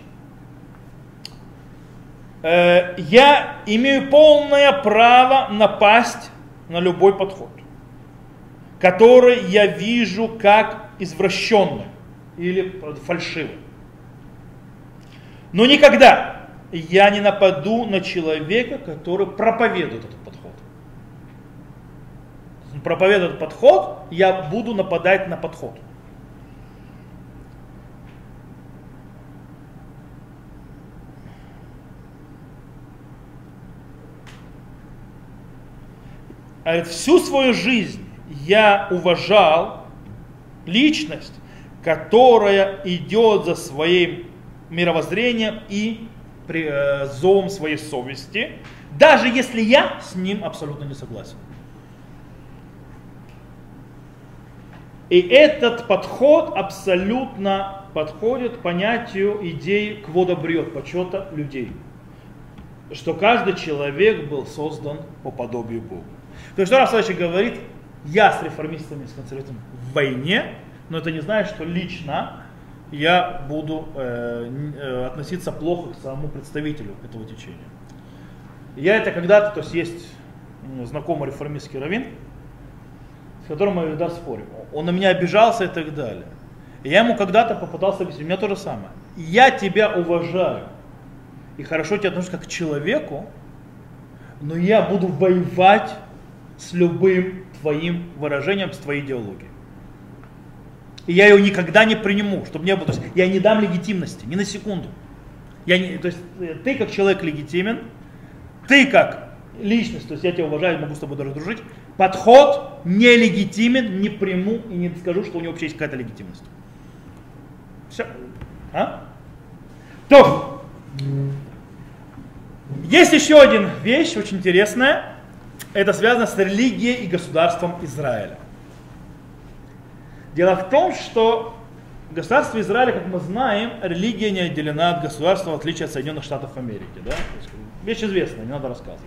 A: Я имею полное право напасть на любой подход, который я вижу как извращенный или фальшивый. Но никогда я не нападу на человека, который проповедует этот подход. Он проповедует этот подход, я буду нападать на подход. А всю свою жизнь я уважал личность, которая идет за своим мировоззрением и зовом своей совести, даже если я с ним абсолютно не согласен. И этот подход абсолютно подходит понятию идеи кводобриот, почета людей. Что каждый человек был создан по подобию Бога. То есть, что Рав Соловейчик говорит, я с реформистами, с консерваторами в войне, но это не значит, что лично я буду относиться плохо к самому представителю этого течения. Я это когда-то, то есть знакомый реформистский раввин, с которым я иногда спорю. Он на меня обижался и так далее. И я ему когда-то попытался объяснить, у меня то же самое. Я тебя уважаю и хорошо тебя отношусь как к человеку, но я буду воевать с любым твоим выражением, с твоей идеологией. И я ее никогда не приму, чтобы не было. То есть я не дам легитимности, ни на секунду. То есть ты как человек легитимен, ты как личность, то есть я тебя уважаю, могу с тобой даже дружить. Подход нелегитимен, не приму и не скажу, что у него вообще есть какая-то легитимность. Все. То. Есть еще одна вещь, очень интересная. Это связано с религией и государством Израиля. Дело в том, что государство Израиля, как мы знаем, религия не отделена от государства, в отличие от Соединенных Штатов Америки. Да? Вещь известная, не надо рассказывать.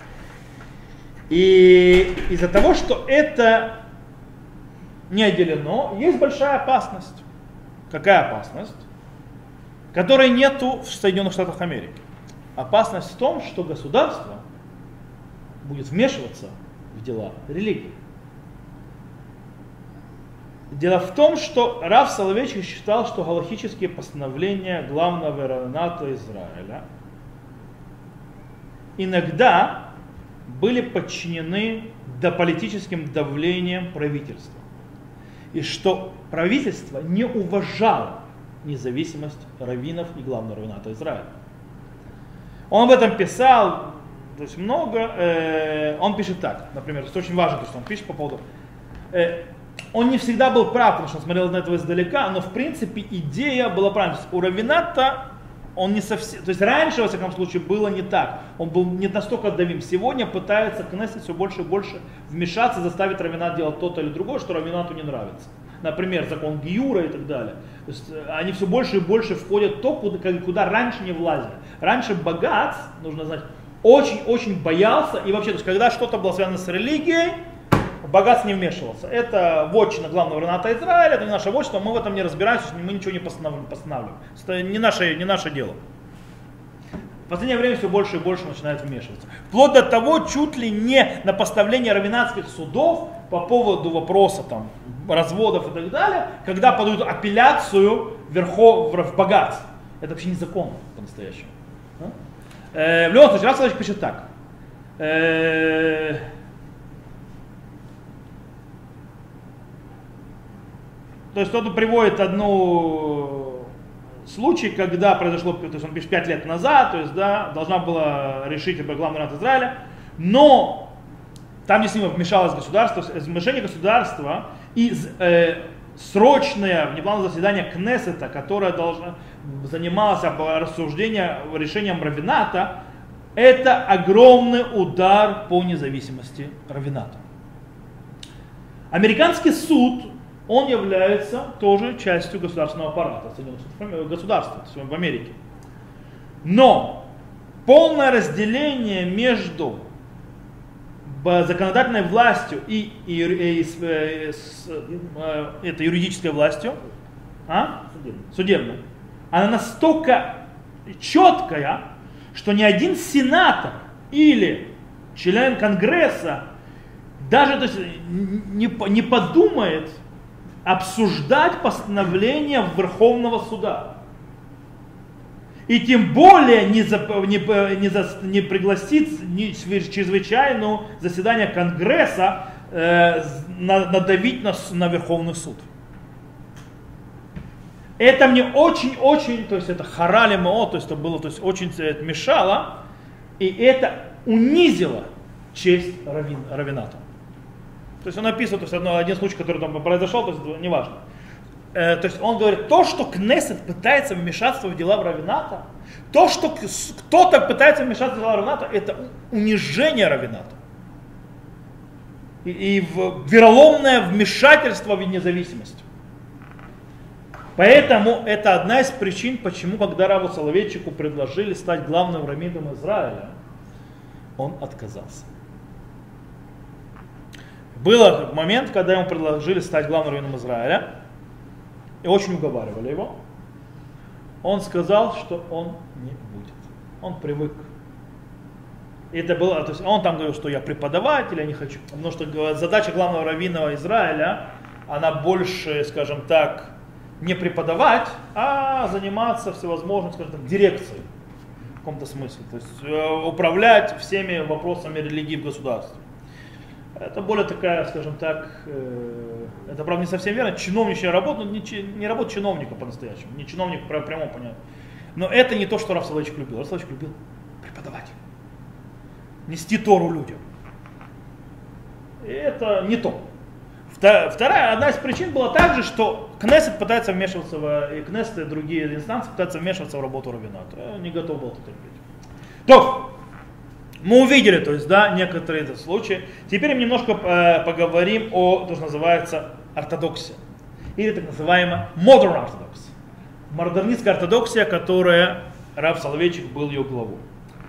A: И из-за того, что это не отделено, есть большая опасность. Какая опасность? Которой нету в Соединенных Штатах Америки. Опасность в том, что государство будет вмешиваться в дела религии. Дело в том, что Рав Соловейчик считал, что галахические постановления главного раввината Израиля иногда были подчинены политическим давлением правительства. И что правительство не уважало независимость раввинов и главного раввината Израиля. Он об этом писал То есть много, он пишет так, например, это очень важно, то, что он пишет по поводу, он не всегда был прав, потому что он смотрел на этого издалека, но в принципе идея была правильной. У Равината он не совсем, то есть раньше, во всяком случае, было не так, он был не настолько давим. Сегодня пытается Кнессет все больше и больше вмешаться, заставить Равинат делать то-то или другое, что Равинату не нравится. Например, закон Гиюра и так далее. То есть они все больше и больше входят в то, куда раньше не влазили. Раньше Багац, нужно знать, очень-очень боялся, и вообще, то есть, когда что-то было связано с религией, Багац не вмешивался. Это вотчина главного Равината Израиля, это не наше вотчина, мы в этом не разбираемся, мы ничего не постанавливаем. Это не наше дело. В последнее время все больше и больше начинает вмешиваться. Вплоть до того, чуть ли не на поставление равинатских судов по поводу вопроса там, разводов и так далее, когда подают апелляцию в Багац. Это вообще незаконно по-настоящему. В любом случае, Рав Соловейчик пишет так. То есть он приводит одну случай, когда произошло, то есть он пишет 5 лет назад, то есть да, должна была решить главный Равинат Израиля, но там действительно вмешалось государство, вмешение государства и срочное внеплановое заседание Кнессета, которое занималось решением Равината, это огромный удар по независимости Равината. Американский суд, он является тоже частью государственного аппарата государства в Америке. Но полное разделение между законодательной властью и этой юридической властью, судебной, она настолько четкая, что ни один сенатор или член Конгресса даже то есть, не подумает обсуждать постановление Верховного суда. И тем более не пригласить чрезвычайное заседание Конгресса надавить на Верховный суд. Это мне очень-очень, то есть это харали мао, то есть это было, то есть очень это мешало, и это унизило честь Равината. То есть он описывает, то есть один случай, который там произошел, то есть неважно. То есть он говорит, то, что Кнессет пытается вмешаться в дела Равината, то, что кто-то пытается вмешаться в дела Равината, это унижение Равината. И вероломное вмешательство в независимость. Поэтому это одна из причин, почему, когда Раву Соловейчику предложили стать главным раввином Израиля, он отказался. Был момент, когда ему предложили стать главным раввином Израиля, и очень уговаривали его. Он сказал, что он не будет. Он привык. И это было, то есть он там говорил, что я преподаватель, я не хочу. Потому что задача главного раввина Израиля, она больше, скажем так, не преподавать, а заниматься всевозможным, скажем так, дирекцией в каком-то смысле. То есть управлять всеми вопросами религии в государстве. Это более такая, скажем так, это правда не совсем верно, чиновничья работа, но не работа чиновника по-настоящему, не чиновник в прямом понятии. Но это не то, что Рав Соловейчик любил. Рав Соловейчик любил преподавать, нести Тору людям. И это не то. Одна из причин была также, что Кнессет пытается вмешиваться и Кнессет и другие инстанции пытаются вмешиваться в работу Равината. Я не готов был это терпеть. То, мы увидели, то есть, да, некоторые эти случаи. Теперь мы немножко поговорим о, то, что называется, ортодоксия. Или так называемая modern orthodox. Модернистская ортодоксия, которая Рав Соловейчик был ее главой.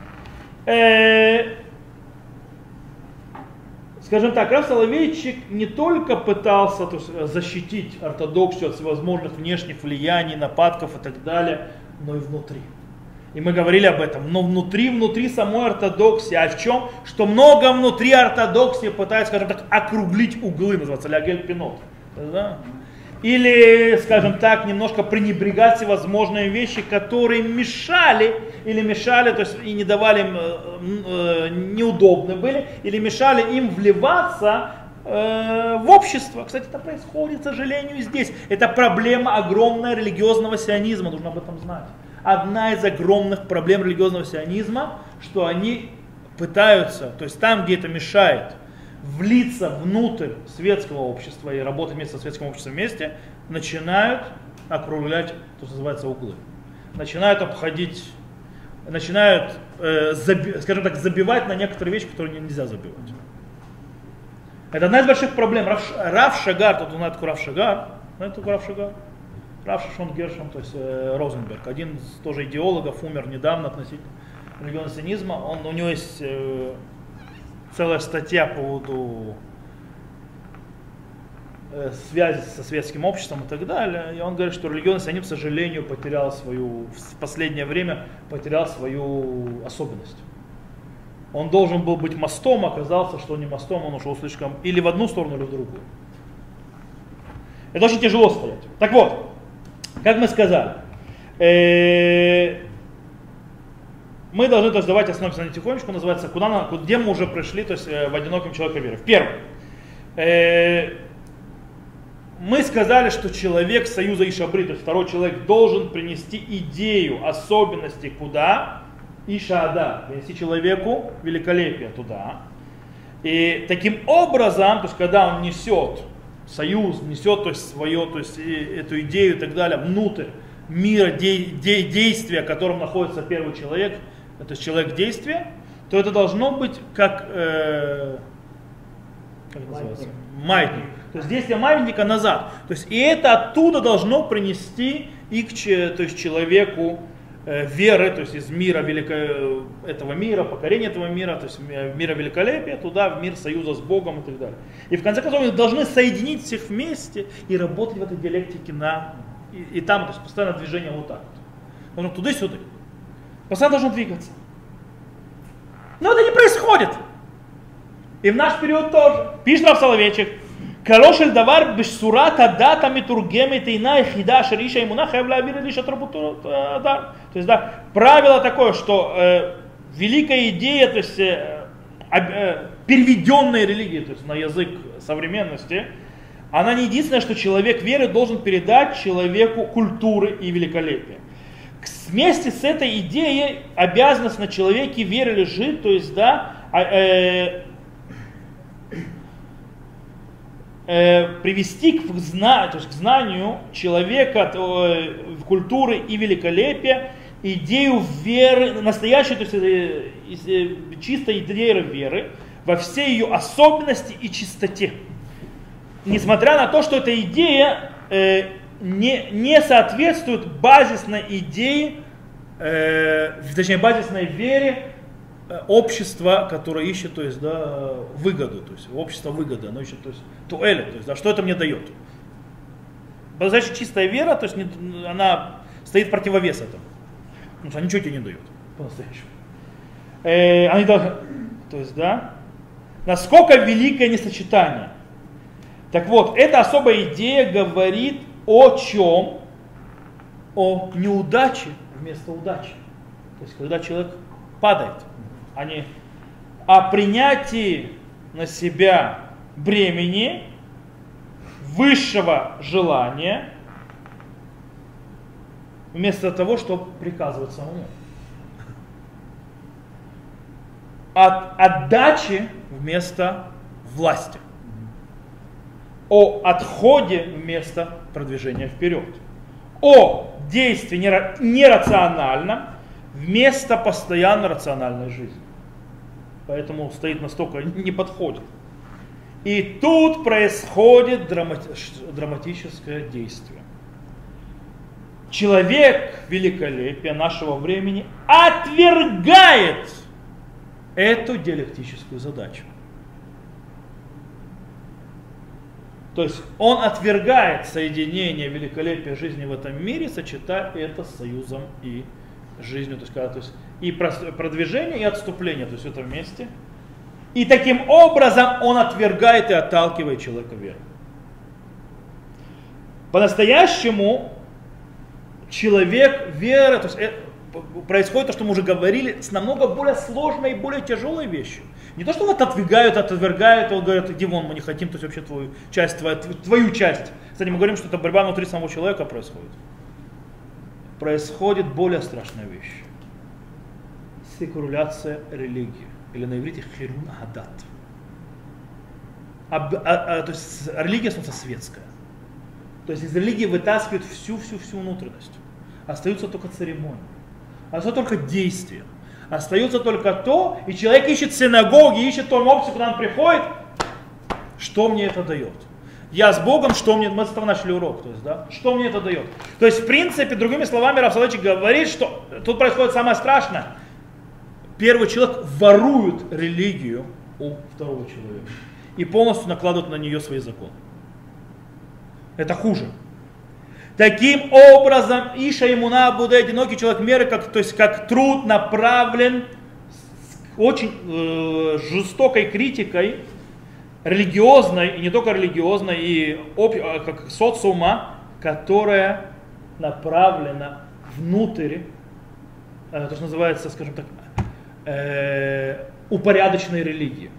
A: Скажем так, Рав Соловейчик не только пытался то есть, защитить ортодоксию от всевозможных внешних влияний, нападков и так далее, но и внутри. И мы говорили об этом, но внутри самой ортодоксии, а в чем? Что много внутри ортодоксии пытаются, скажем так, округлить углы, называется лягель пинот. Да? Или, скажем так, немножко пренебрегать всевозможные вещи, которые мешали, то есть и не давали им, неудобны были, или мешали им вливаться в общество. Кстати, это происходит, к сожалению, и здесь. Это проблема огромная религиозного сионизма, нужно об этом знать. Одна из огромных проблем религиозного сионизма, что они пытаются, то есть там, где это мешает, влиться внутрь светского общества и работать вместе со светским обществом вместе, начинают округлять то, что называется, углы. Начинают обходить, начинают, скажем так, забивать на некоторые вещи, которые нельзя забивать. Это одна из больших проблем. Рав Шагар, тот знает, такой Рав Шагар, знаете, такой Рав Шагар? Рав Шишон Гершом, то есть Розенберг, один из тоже идеологов, умер недавно относительно религиозного сионизма. У него есть целая статья по поводу связи со светским обществом и так далее. И он говорит, что религиозный сионизм, к сожалению, в последнее время потерял свою особенность. Он должен был быть мостом, оказался, что не мостом, он ушел слишком или в одну сторону, или в другую. Это очень тяжело стоять. Так вот, как мы сказали, мы должны, то есть, давайте остановимся на тихонечку, называется, где мы уже пришли, то есть в одиноком человеке веры. Первое. Мы сказали, что человек союза Ишабри, то есть второй человек, должен принести идею особенностей куда? Ишаада, принести человеку великолепие туда. И таким образом, то есть когда он несет союз, несет, то есть свое, то есть эту идею и так далее внутрь мира действия, в котором находится первый человек, то есть человек действия, то это должно быть как это называется? Маятник. То есть действие маятника назад. То есть и это оттуда должно принести и то есть человеку веры, то есть из мира этого мира, покорения этого мира, то есть мира великолепия, туда, в мир союза с Богом и так далее. И в конце концов, мы должны соединить всех вместе и работать в этой диалектике и там, то есть постоянно движение вот так вот. Должно туда-сюда. Постоянно должен двигаться. Но это не происходит. И в наш период тоже. Пишет Рав Соловейчик. Калошель давар бешсурат адата митургемет иная хида шариша имуна хевла авира лиша трабуту адар. То есть, да, правило такое, что великая идея, то есть переведенная религия, то есть на язык современности, она не единственное, что человек веры должен передать человеку культуры и великолепия. Вместе с этой идеей обязанность на человеке веры лежит, то есть, да, привести к знанию человека, культуры и великолепия, идею веры, настоящую, то есть чистой идею веры, во всей ее особенности и чистоте. Несмотря на то, что эта идея не соответствует базисной идее, точнее базисной вере общества, которое ищет, то есть, да, выгоду, то есть общество выгоды, оно ищет, то есть туэля, то есть, да, что это мне дает. Значит, чистая вера, то есть она стоит в противовес этому, потому что ничего тебе не дает по-настоящему. То есть, да, насколько великое несочетание. Так вот, эта особая идея говорит о чем? О неудаче вместо удачи. То есть, когда человек падает, о принятии на себя бремени высшего желания вместо того, чтобы приказывать самому. От отдачи вместо власти. О отходе вместо продвижения вперед. О действии нерациональном вместо постоянно рациональной жизни. Поэтому стоит настолько не подходит. И тут происходит драматическое действие. Человек великолепия нашего времени отвергает эту диалектическую задачу. То есть он отвергает соединение великолепия жизни в этом мире, сочетая это с союзом и жизнью, то есть и продвижение, и отступление, то есть это вместе. И таким образом он отвергает и отталкивает человека веры. По-настоящему человек веры, то есть происходит то, что мы уже говорили, с намного более сложной и более тяжелой вещью. Не то, что вот отвергают, он говорит, иди вон, мы не хотим, то есть вообще твою часть. Кстати, мы говорим, что это борьба внутри самого человека происходит. Происходит более страшная вещь. Секуляция религии. или на иврите хирун гадат. То есть религия становится светская. То есть из религии вытаскивают всю внутренность. Остаются только церемонии. Остаются только действия. Остается только то, и человек ищет синагоги, ищет ту опцию, куда он приходит, что мне это дает. Я с Богом, что мне, мы с этого начали урок, то есть, да, что мне это дает. То есть, в принципе, другими словами, Рав Соловейчик говорит, что тут происходит самое страшное. Первый человек ворует религию у второго человека и полностью накладывает на нее свои законы. Это хуже. Таким образом, Иша Имуна будет одинокий человек меры, то есть как труд направлен с очень жестокой критикой, религиозной, и не только религиозной, и как социума, которая направлена внутрь, то, что называется, скажем так, упорядоченной религии.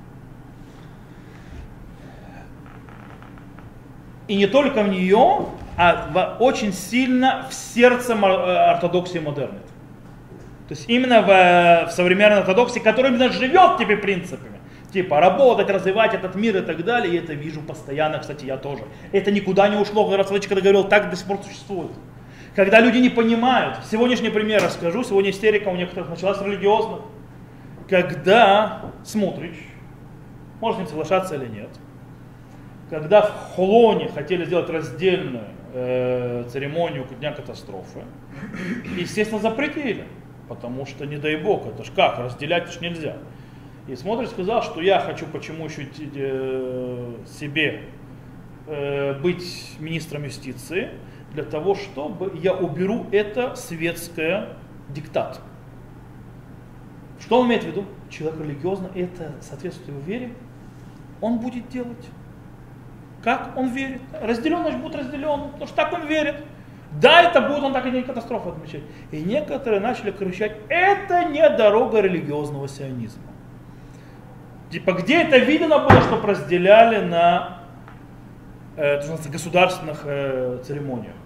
A: И не только в нее, а очень сильно в сердце ортодоксии модерна. То есть именно в современной ортодоксии, которая именно живет теми принципами. Типа работать, развивать этот мир и так далее. И это вижу постоянно, кстати, я тоже. Это никуда не ушло, когда Равслович когда говорил, так до сих пор существует. Когда люди не понимают. Сегодняшний пример расскажу. Сегодня истерика у некоторых началась религиозно. Когда смотришь, можно с ним соглашаться или нет, когда в Холоне хотели сделать раздельную церемонию к Дня катастрофы, естественно, запретили. Потому что, не дай бог, это ж как, разделять ж нельзя. И смотришь, сказал, что я хочу почему еще себе быть министром юстиции, для того, чтобы я уберу это светское диктат. Что он имеет в виду? Человек религиозно, это соответствует его вере, он будет делать. Как он верит? Разделен, значит, будет разделен, потому что так он верит. Да, это будет, он так и не катастрофу отмечать. И некоторые начали кричать, это не дорога религиозного сионизма. Типа, где это видно было, чтобы разделяли на государственных церемониях?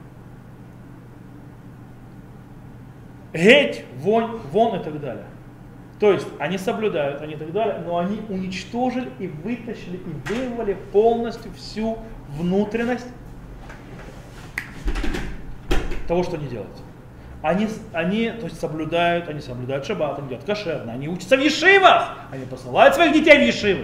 A: Геть, вон и так далее. То есть они соблюдают, они и так далее, но они уничтожили и вытащили и вырвали полностью всю внутренность того, что они делают. Они то есть, соблюдают шаббат, они делают кошерно, они учатся в ешивах, они посылают своих детей в ешивы.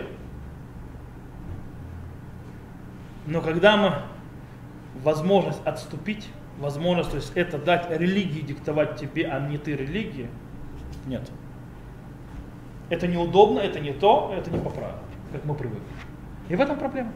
A: Но когда мы возможность отступить, возможность, то есть это дать религии диктовать тебе, а не ты религии, нет. Это неудобно, это не то, это не по правилам, как мы привыкли. И в этом проблема.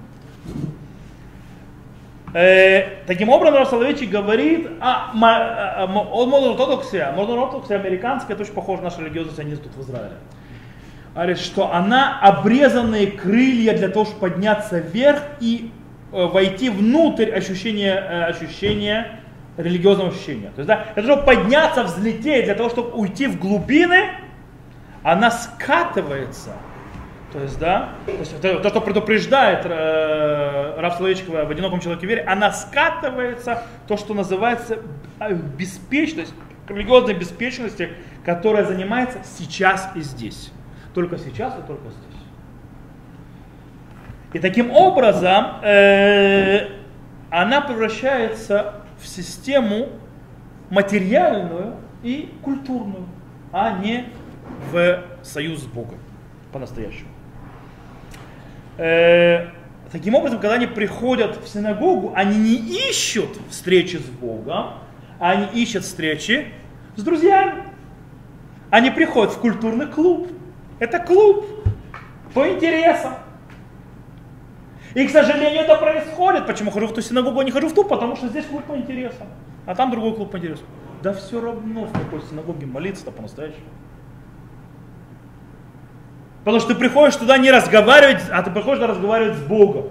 A: Таким образом, Рав Соловейчик говорит, модерн-ортодоксия американская, это очень похоже на нашу религиозную сионизм тут в Израиле. Говорит, что она обрезанные крылья для того, чтобы подняться вверх и войти внутрь ощущения религиозного ощущения. То есть, да, для того, чтобы подняться, взлететь, для того, чтобы уйти в глубины, она скатывается. То есть, да, то, что предупреждает Рав Соловейчик в «Одиноком человеке вере», она скатывается, то, что называется беспечность, религиозной беспечности, которая занимается сейчас и здесь. Только сейчас и только здесь. И таким образом она превращается в систему материальную и культурную, а не в союз с Богом по-настоящему. Таким образом, когда они приходят в синагогу, они не ищут встречи с Богом, а они ищут встречи с друзьями. Они приходят в культурный клуб. Это клуб по интересам. И, к сожалению, это происходит. Почему хожу в ту синагогу, а не хожу в ту? Потому что здесь клуб по интересам, а там другой клуб по интересам. Да все равно в какой синагоге молиться-то по-настоящему. Потому что ты приходишь туда не разговаривать, а ты приходишь туда разговаривать с Богом.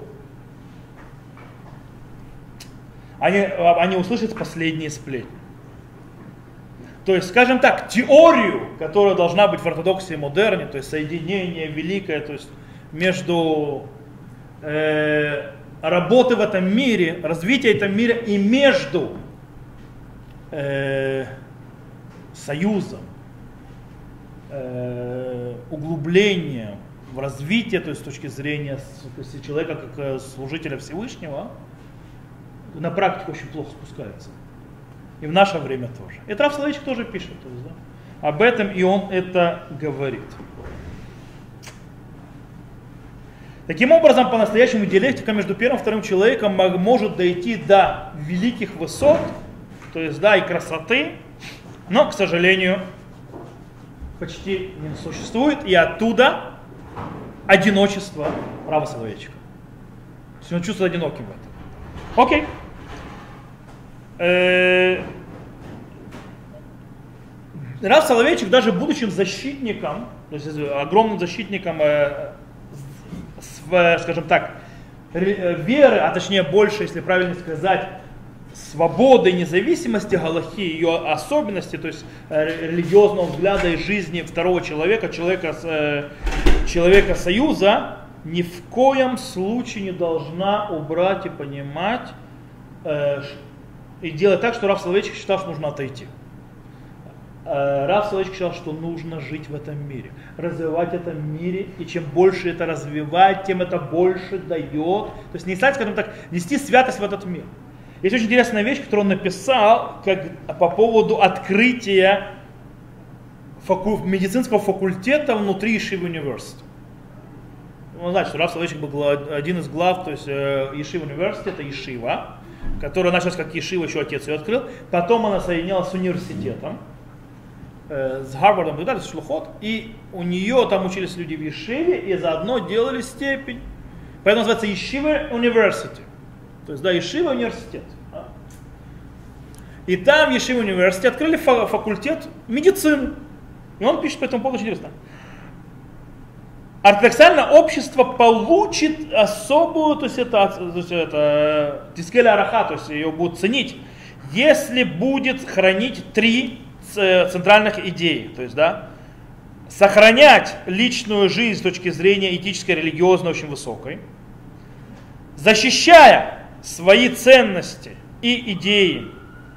A: Они услышат последние сплетни. То есть, скажем так, теорию, которая должна быть в ортодоксии модерне, то есть соединение великое, то есть между работой в этом мире, развитие в этом мире и между союзом углубление в развитие, то есть с точки зрения человека как служителя Всевышнего, на практику очень плохо спускается. И в наше время тоже. И Рав Соловейчик тоже пишет, то есть, да, об этом, и он это говорит. Таким образом, по-настоящему диалектика между первым и вторым человеком может дойти до великих высот, то есть, да, и красоты, но, к сожалению, почти не существует, и оттуда одиночество Рава Соловейчика. То есть он чувствует одиноким в этом. Окей. Рав Соловейчик, даже будучи защитником, то есть огромным защитником, скажем так, веры, а точнее больше, если правильно сказать, свободы и независимости галахи, ее особенности, то есть религиозного взгляда и жизни второго человека, человека союза, ни в коем случае не должна убрать и понимать и делать так, что Рав Соловейчик считал, что нужно отойти. Рав Соловейчик считал, что нужно жить в этом мире, развивать в этом мире, и чем больше это развивать, тем это больше дает. То есть не стать, скажем так, нести святость в этот мир. Есть очень интересная вещь, которую он написал по поводу открытия медицинского факультета внутри Ешивы университета. Вы знаете, что Рав Соловейчик был один из глав, то есть Ешивы университета, Ешива, которая началась как Ешива, еще отец ее открыл. Потом она соединялась с университетом, с Гарвардом и так далее, с Шлухот. И у нее там учились люди в Ешиве и заодно делали степень. Поэтому называется Ешива университет. То есть, да, Ешива университет. И там в Ешива университете открыли факультет медицины. И он пишет по этому поводу очень интересно. Ортодоксальное общество получит особую, то есть это тискель араха, то есть ее будут ценить, если будет хранить 3 центральных идеи. То есть, да, сохранять личную жизнь с точки зрения этической, религиозной, очень высокой, защищая свои ценности и идеи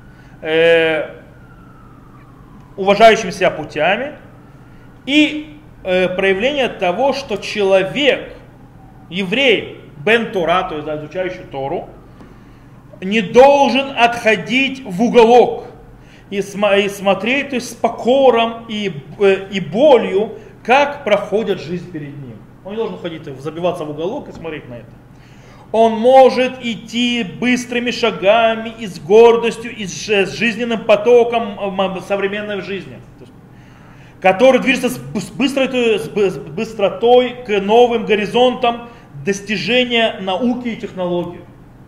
A: уважающими себя путями, и проявление того, что человек, еврей, бен Тора, то есть изучающий Тору, не должен отходить в уголок и смотреть, то есть с покором и болью, как проходит жизнь перед ним. Он не должен ходить, забиваться в уголок и смотреть на это. Он может идти быстрыми шагами и с гордостью, и с жизненным потоком современной жизни, который движется с быстротой к новым горизонтам достижения науки и технологий.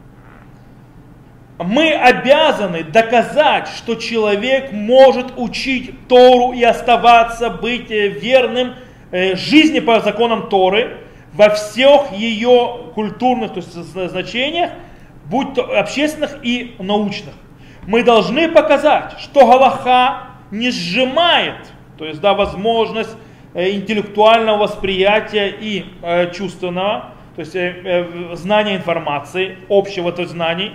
A: Мы обязаны доказать, что человек может учить Тору и оставаться, быть верным жизни по законам Торы во всех ее культурных, то есть значениях, будь то общественных и научных. Мы должны показать, что галаха не сжимает, то есть, да, возможность интеллектуального восприятия и чувственного, то есть знания информации, общего, то есть знаний,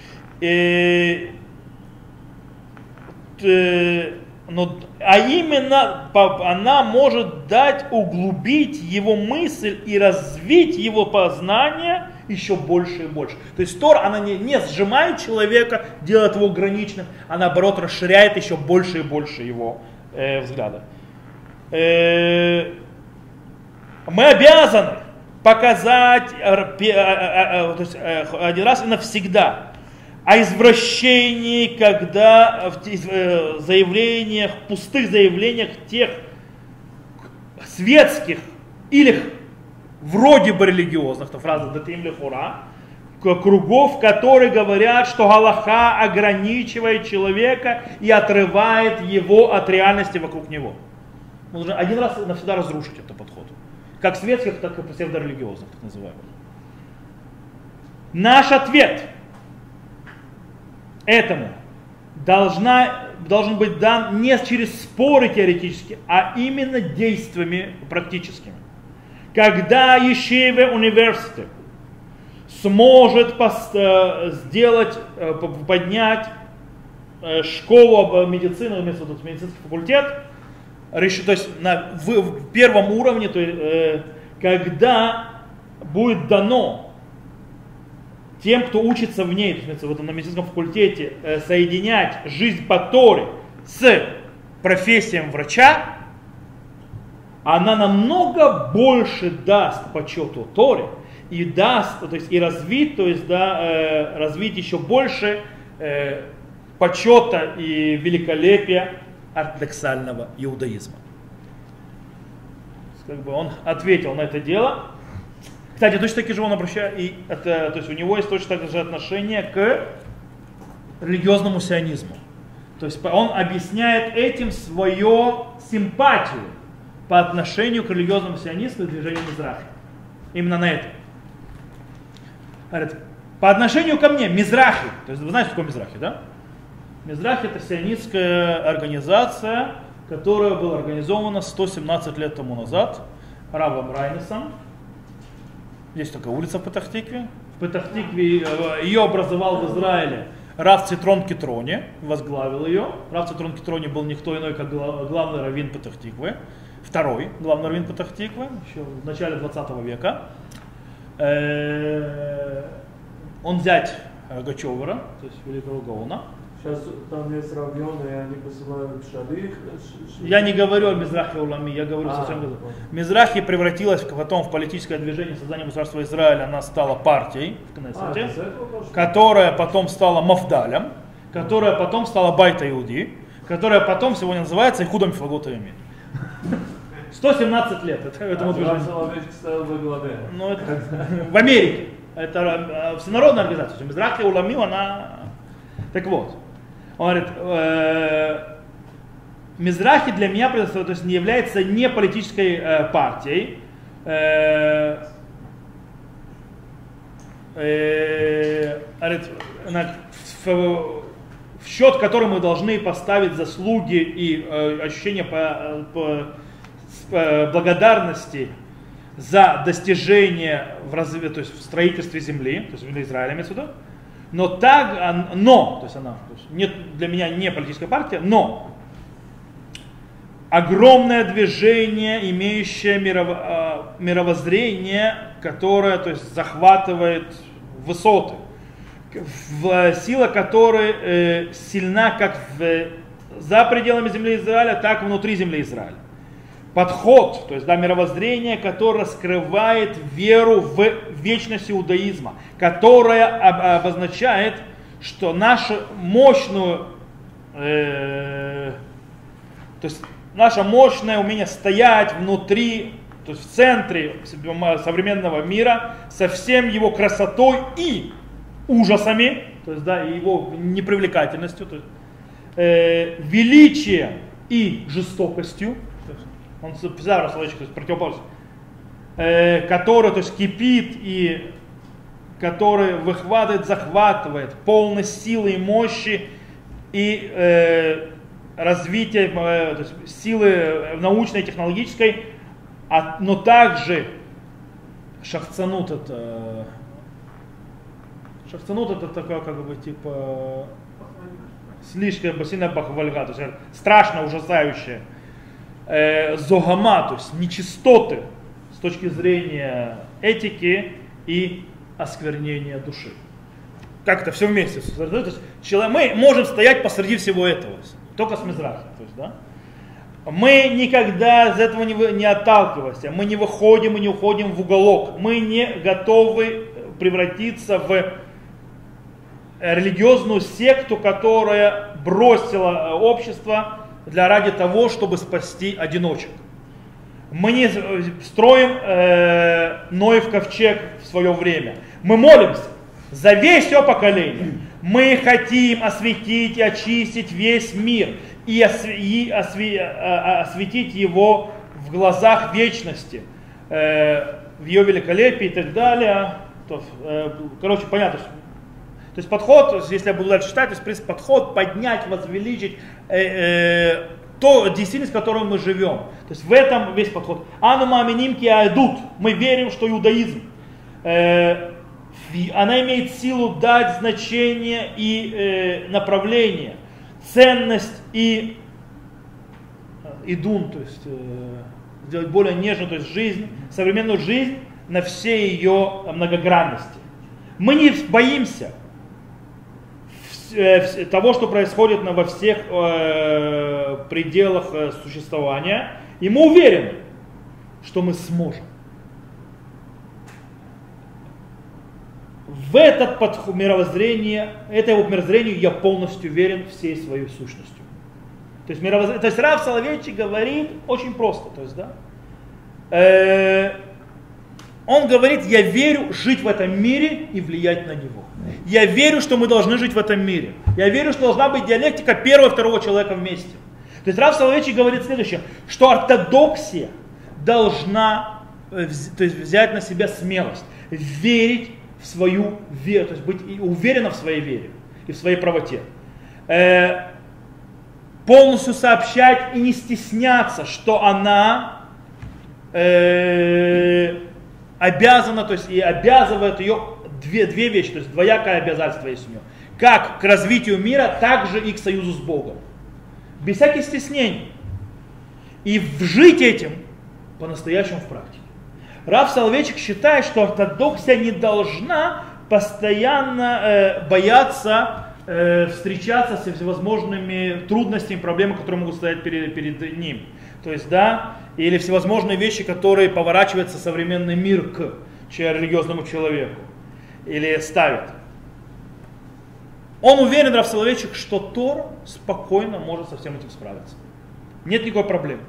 A: а именно она может дать, углубить его мысль и развить его познание еще больше и больше. То есть Тора, она не сжимает человека, делает его ограниченным, а наоборот расширяет еще больше и больше его взгляда. Мы обязаны показать то есть, один раз и навсегда о извращении, когда в заявлениях, пустых заявлениях тех светских или вроде бы религиозных, то фраза «датим лехура», кругов, которые говорят, что галаха ограничивает человека и отрывает его от реальности вокруг него. Мы должны один раз навсегда разрушить этот подход. Как светских, так и псевдорелигиозных, так называемых. Наш ответ этому должен быть дан не через споры теоретические, а именно действиями практическими. Когда Ешива университет сможет поднять школу медицины, медицинский факультет, то есть в первом уровне, то есть, когда будет дано тем, кто учится в ней, то есть, вот на медицинском факультете, соединять жизнь по Торе с профессией врача, она намного больше даст почету Торе и даст, то есть и развить, то есть да, развить еще больше почета и великолепия ортодоксального иудаизма. Как бы он ответил на это дело. Кстати, точно таки же он обращает, то есть у него есть точно так же отношение к религиозному сионизму. То есть он объясняет этим свою симпатию по отношению к религиозному сионизму и движению Мизрахи. Именно на это. Говорит, по отношению ко мне, Мизрахи, то есть вы знаете, что такое Мизрахи, да? Мизрахи — это сионистская организация, которая была организована 117 лет тому назад Равом Райнесом. Есть такая улица в Петах-Тикве. В Петах-Тикве ее образовал в Израиле Рав Цитрон Китрони, возглавил ее. Рав Цитрон Китрони был никто иной, как главный раввин Петах-Тиквы. Второй главный раввин Петах-Тиквы, еще в начале 20 века. Он зять Гачевера, то есть великого Гаона.
C: Сейчас там есть раввины, и они посылают шалих.
A: Я не говорю о Мизрахи Улами, я говорю совсем другое. Мизрахи превратилась потом в политическое движение создания государства Израиля, она стала партией в Кнессете, которая потом стала Мафдалем, которая потом стала Байта Иуди, которая потом сегодня называется Ихудом Мифлагот Ямин. 117 лет этому движению. Ну, это в Америке. Это всенародная организация. Мизрахи Улами, она... Так вот. Он говорит, Мизрахи для меня, то есть, не является не политической партией, говорит, в счет которой мы должны поставить заслуги и ощущение благодарности за достижение то есть в строительстве земли, то есть в Израиле имеется в виду. То есть она нет, для меня не политическая партия, но огромное движение, имеющее мировоззрение, которое, то есть, захватывает высоты, сила которой сильна как за пределами земли Израиля, так и внутри земли Израиля. Подход, то есть да, мировоззрение, которое скрывает веру в вечность иудаизма, которое обозначает, что нашу мощную, то есть наше мощное умение стоять внутри, то есть в центре современного мира, со всем его красотой и ужасами, то есть да, его непривлекательностью, то есть, величием и жестокостью. Он специально человек, то есть противоположность, который, то есть, кипит и который выхватывает, захватывает полной силы и мощи и развития, то есть, силы научной и технологической, но также шахцанут это такое, как бы, типа слишком сильная бахвальга, то есть страшно ужасающее. Зогама, то есть нечистоты с точки зрения этики и осквернения души. Как это все вместе? То есть, мы можем стоять посреди всего этого, только с Мизрахи. То есть, да? Мы никогда из этого не отталкиваемся, мы не выходим и не уходим в уголок, мы не готовы превратиться в религиозную секту, которая бросила общество ради того, чтобы спасти одиночек. Мы не строим Ноев ковчег в свое время. Мы молимся за весь все поколение. Мы хотим осветить и очистить весь мир и осветить его в глазах вечности, в ее великолепии и так далее. Короче, понятно. То есть подход, если я буду дальше читать, то есть, в принципе, подход поднять, возвеличить то действительность, в которой мы живем. То есть в этом весь подход. Ану маминим ки айдут. Мы верим, что иудаизм, она имеет силу дать значение и направление, ценность и идун, то есть сделать более нежную, то есть жизнь, современную жизнь на всей ее многогранности. Мы не боимся того, что происходит во всех пределах существования, и мы уверены, что мы сможем. В этот мировоззрение, этому мировоззрению я полностью уверен всей своей сущностью. То есть Рав Соловейчик говорит очень просто. То есть, он говорит, я верю жить в этом мире и влиять на него. Я верю, что мы должны жить в этом мире. Я верю, что должна быть диалектика первого и второго человека вместе. То есть Рав Соловейчик говорит следующее, что ортодоксия должна взять на себя смелость, верить в свою веру, то есть быть уверена в своей вере и в своей правоте. Полностью сообщать и не стесняться, что она обязана, то есть и обязывает ее две вещи, то есть двоякое обязательство есть у нее. Как к развитию мира, так же и к союзу с Богом. Без всяких стеснений. И жить этим по-настоящему в практике. Рав Соловейчик считает, что ортодоксия не должна постоянно бояться встречаться со всевозможными трудностями, проблемами, которые могут стоять перед ним. То есть, или всевозможные вещи, которые поворачивается современный мир к религиозному человеку. Или ставит. Он уверен, Рав Соловейчик, что Тора спокойно может со всем этим справиться. Нет никакой проблемы.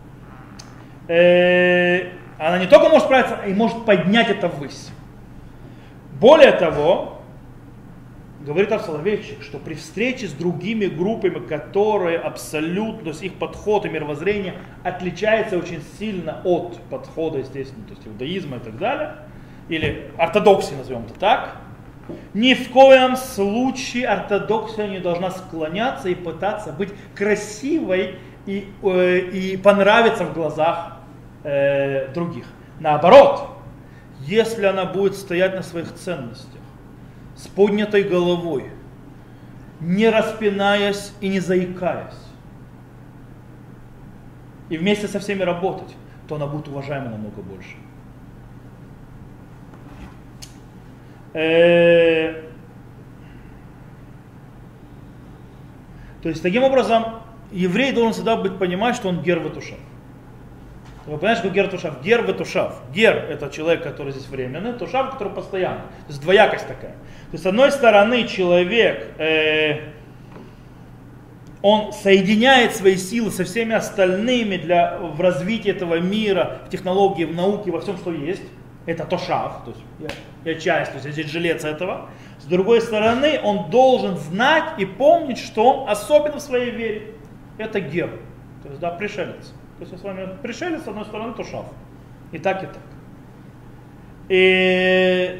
A: Она не только может справиться, а и может поднять это ввысь. Более того, говорит Рав Соловейчик, что при встрече с другими группами, которые абсолютно, то есть их подход и мировоззрение отличается очень сильно от подхода, естественно, то есть иудаизма и так далее, или ортодоксии, назовем это так, ни в коем случае ортодоксия не должна склоняться и пытаться быть красивой и понравиться в глазах других. Наоборот, если она будет стоять на своих ценностях, с поднятой головой, не распинаясь и не заикаясь, и вместе со всеми работать, то она будет уважаема намного больше. То есть, таким образом, еврей должен всегда понимать, что он гер ветушав. Вы понимаете, что гер ветушав? Гер ветушав. Гер – это человек, который здесь временный, тушав, который постоянный. То есть двоякость такая. То есть, с одной стороны, человек, он соединяет свои силы со всеми остальными в развитии этого мира, в технологии, в науке, во всем, что есть. Это тошав, то есть я часть, то есть я здесь жилец этого. С другой стороны, он должен знать и помнить, что он особенно в своей вере. Это гер, то есть пришелец. То есть я с вами пришелец, с одной стороны, тошав. И так, и так. И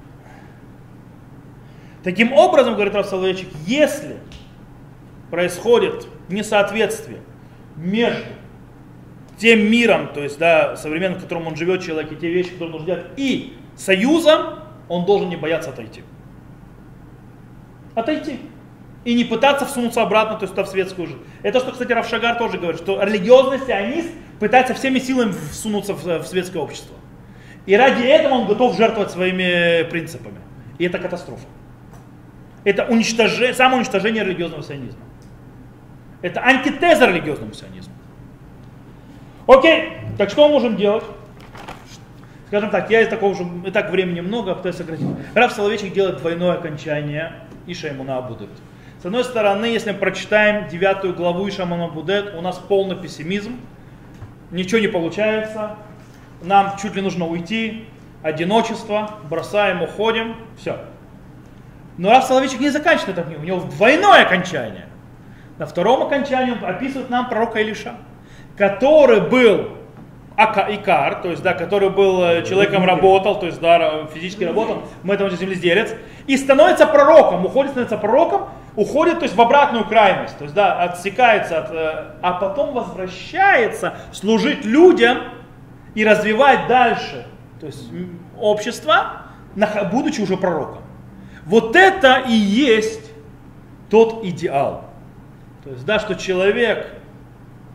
A: таким образом, говорит Рав Соловейчик, если происходит несоответствие между тем миром, то есть современным, в котором он живет, человек, и те вещи, которые он нужно делать, и союзом, он должен не бояться отойти. Отойти. И не пытаться всунуться обратно, то есть в светскую жизнь. Это, что, кстати, Рав Шагар тоже говорит, что религиозный сионист пытается всеми силами всунуться в светское общество. И ради этого он готов жертвовать своими принципами. И это катастрофа. Это самоуничтожение религиозного сионизма. Это антитеза религиозному сионизму. Окей, так что мы можем делать? Скажем так, я из такого уже, и так времени много, пытаюсь сократить. Рав Соловейчик делает двойное окончание Иша Эмуна Абудет. С одной стороны, если мы прочитаем 9 главу Иша Эмуна Абудет, у нас полный пессимизм, ничего не получается, нам чуть ли нужно уйти, одиночество, бросаем, уходим, все. Но Рав Соловейчик не заканчивает эту книгу, у него двойное окончание. На втором окончании он описывает нам пророка Илиша, который был икар, то есть, который был человеком, работал, то есть, физически работал, мы это земледелец, и становится пророком, становится пророком, уходит, то есть, в обратную крайность, то есть, отсекается, а потом возвращается служить людям и развивать дальше, то есть, общество, будучи уже пророком. Вот это и есть тот идеал. То есть, что человек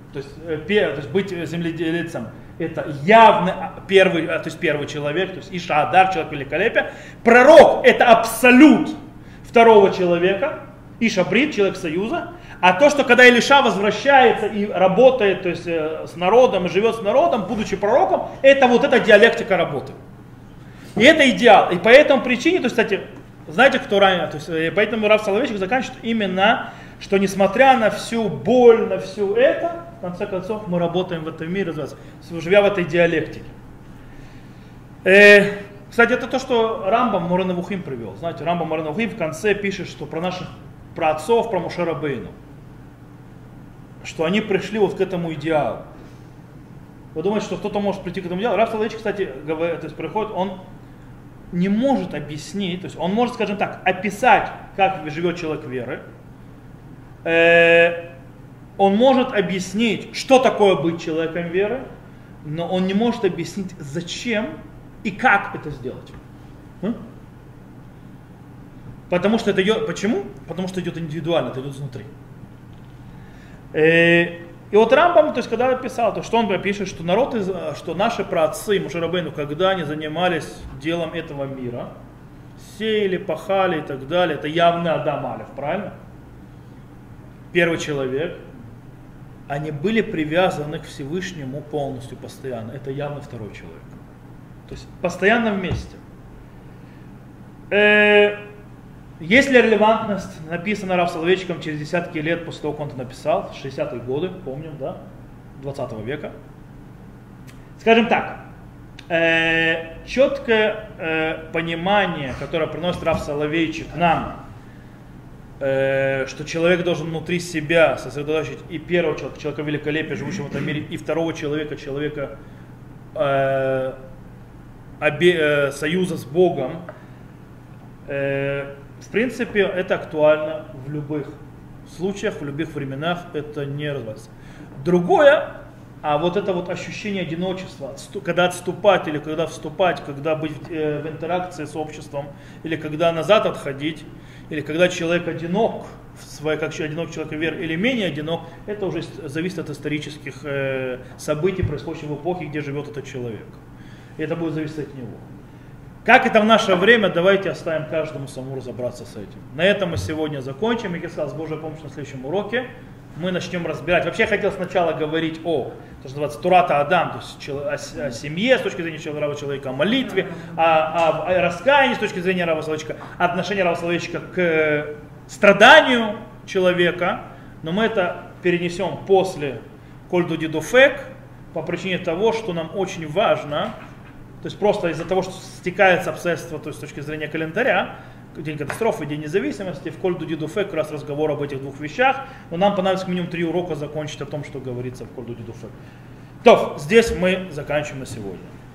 A: То есть быть земледельцем это явно первый, то есть первый человек, то есть Иша Адар, человек великолепия. Пророк это абсолют второго человека, Иша Брит, человек союза. А то, что когда Илиша возвращается и работает, то есть с народом, и живет с народом, будучи пророком, это вот эта диалектика работы. И это идеал. И по этому причине, то есть, кстати, знаете, кто ранее, то есть, поэтому Рав Соловейчик заканчивает именно, что несмотря на всю боль, на все это, в конце концов, мы работаем в этом мире, живя в этой диалектике. Кстати, это то, что Рамбам Море Невухим привел. Знаете, Рамбам Море Невухим в конце пишет, что про наших праотцов, про Моше Рабейну, что они пришли вот к этому идеалу. Вы думаете, что кто-то может прийти к этому идеалу? Рав Соловейчик, кстати, говорит, то есть приходит, он не может объяснить, то есть он может, скажем так, описать, как живет человек веры. Он может объяснить, что такое быть человеком веры, но он не может объяснить, зачем и как это сделать. Потому что это идет, почему? Потому что идет индивидуально, это идет изнутри. И вот Рамбам, то есть когда писал, то что он пишет, что народ, что наши праотцы, Моше Рабейну, когда они занимались делом этого мира, сеяли, пахали и так далее, это явно Адам Алеф, правильно? Первый человек, они были привязаны к Всевышнему полностью, постоянно. Это явно второй человек. То есть постоянно вместе. Есть ли релевантность, написано Рав Соловейчиком через десятки лет после того, как он это написал, 60-е годы, помним, да, 20 века. Скажем так, четкое понимание, которое приносит Рав Соловейчик нам, что человек должен внутри себя сосредоточить и первого человека великолепия, живущего в этом мире, и второго человека союза с Богом. В принципе, это актуально в любых случаях, в любых временах, это не развивается. Другое, а вот это вот ощущение одиночества, когда отступать или когда вступать, когда быть в интеракции с обществом, или когда назад отходить, или когда человек одинок, как одинок человек веры, или менее одинок, это уже зависит от исторических событий, происходящих в эпохе, где живет этот человек. И это будет зависеть от него. Как это в наше время, давайте оставим каждому самому разобраться с этим. На этом мы сегодня закончим. Как я сказал, с Божьей помощью на следующем уроке мы начнем разбирать. Вообще я хотел сначала говорить о, то, что называется Турата Адам, то есть о семье с точки зрения Рава Соловейчика, о молитве, о раскаянии с точки зрения Рава Соловейчика, отношение Рава Соловейчика к страданию человека. Но мы это перенесем после Коль Дуди Дофек по причине того, что нам очень важно. То есть просто из-за того, что стекается обстоятельства, то есть с точки зрения календаря, День катастрофы, День независимости, в Коль Дуди Дофек как раз разговор об этих двух вещах, но нам понадобится минимум 3 урока закончить о том, что говорится в Коль Дуди Дофек. То, здесь мы заканчиваем на сегодня.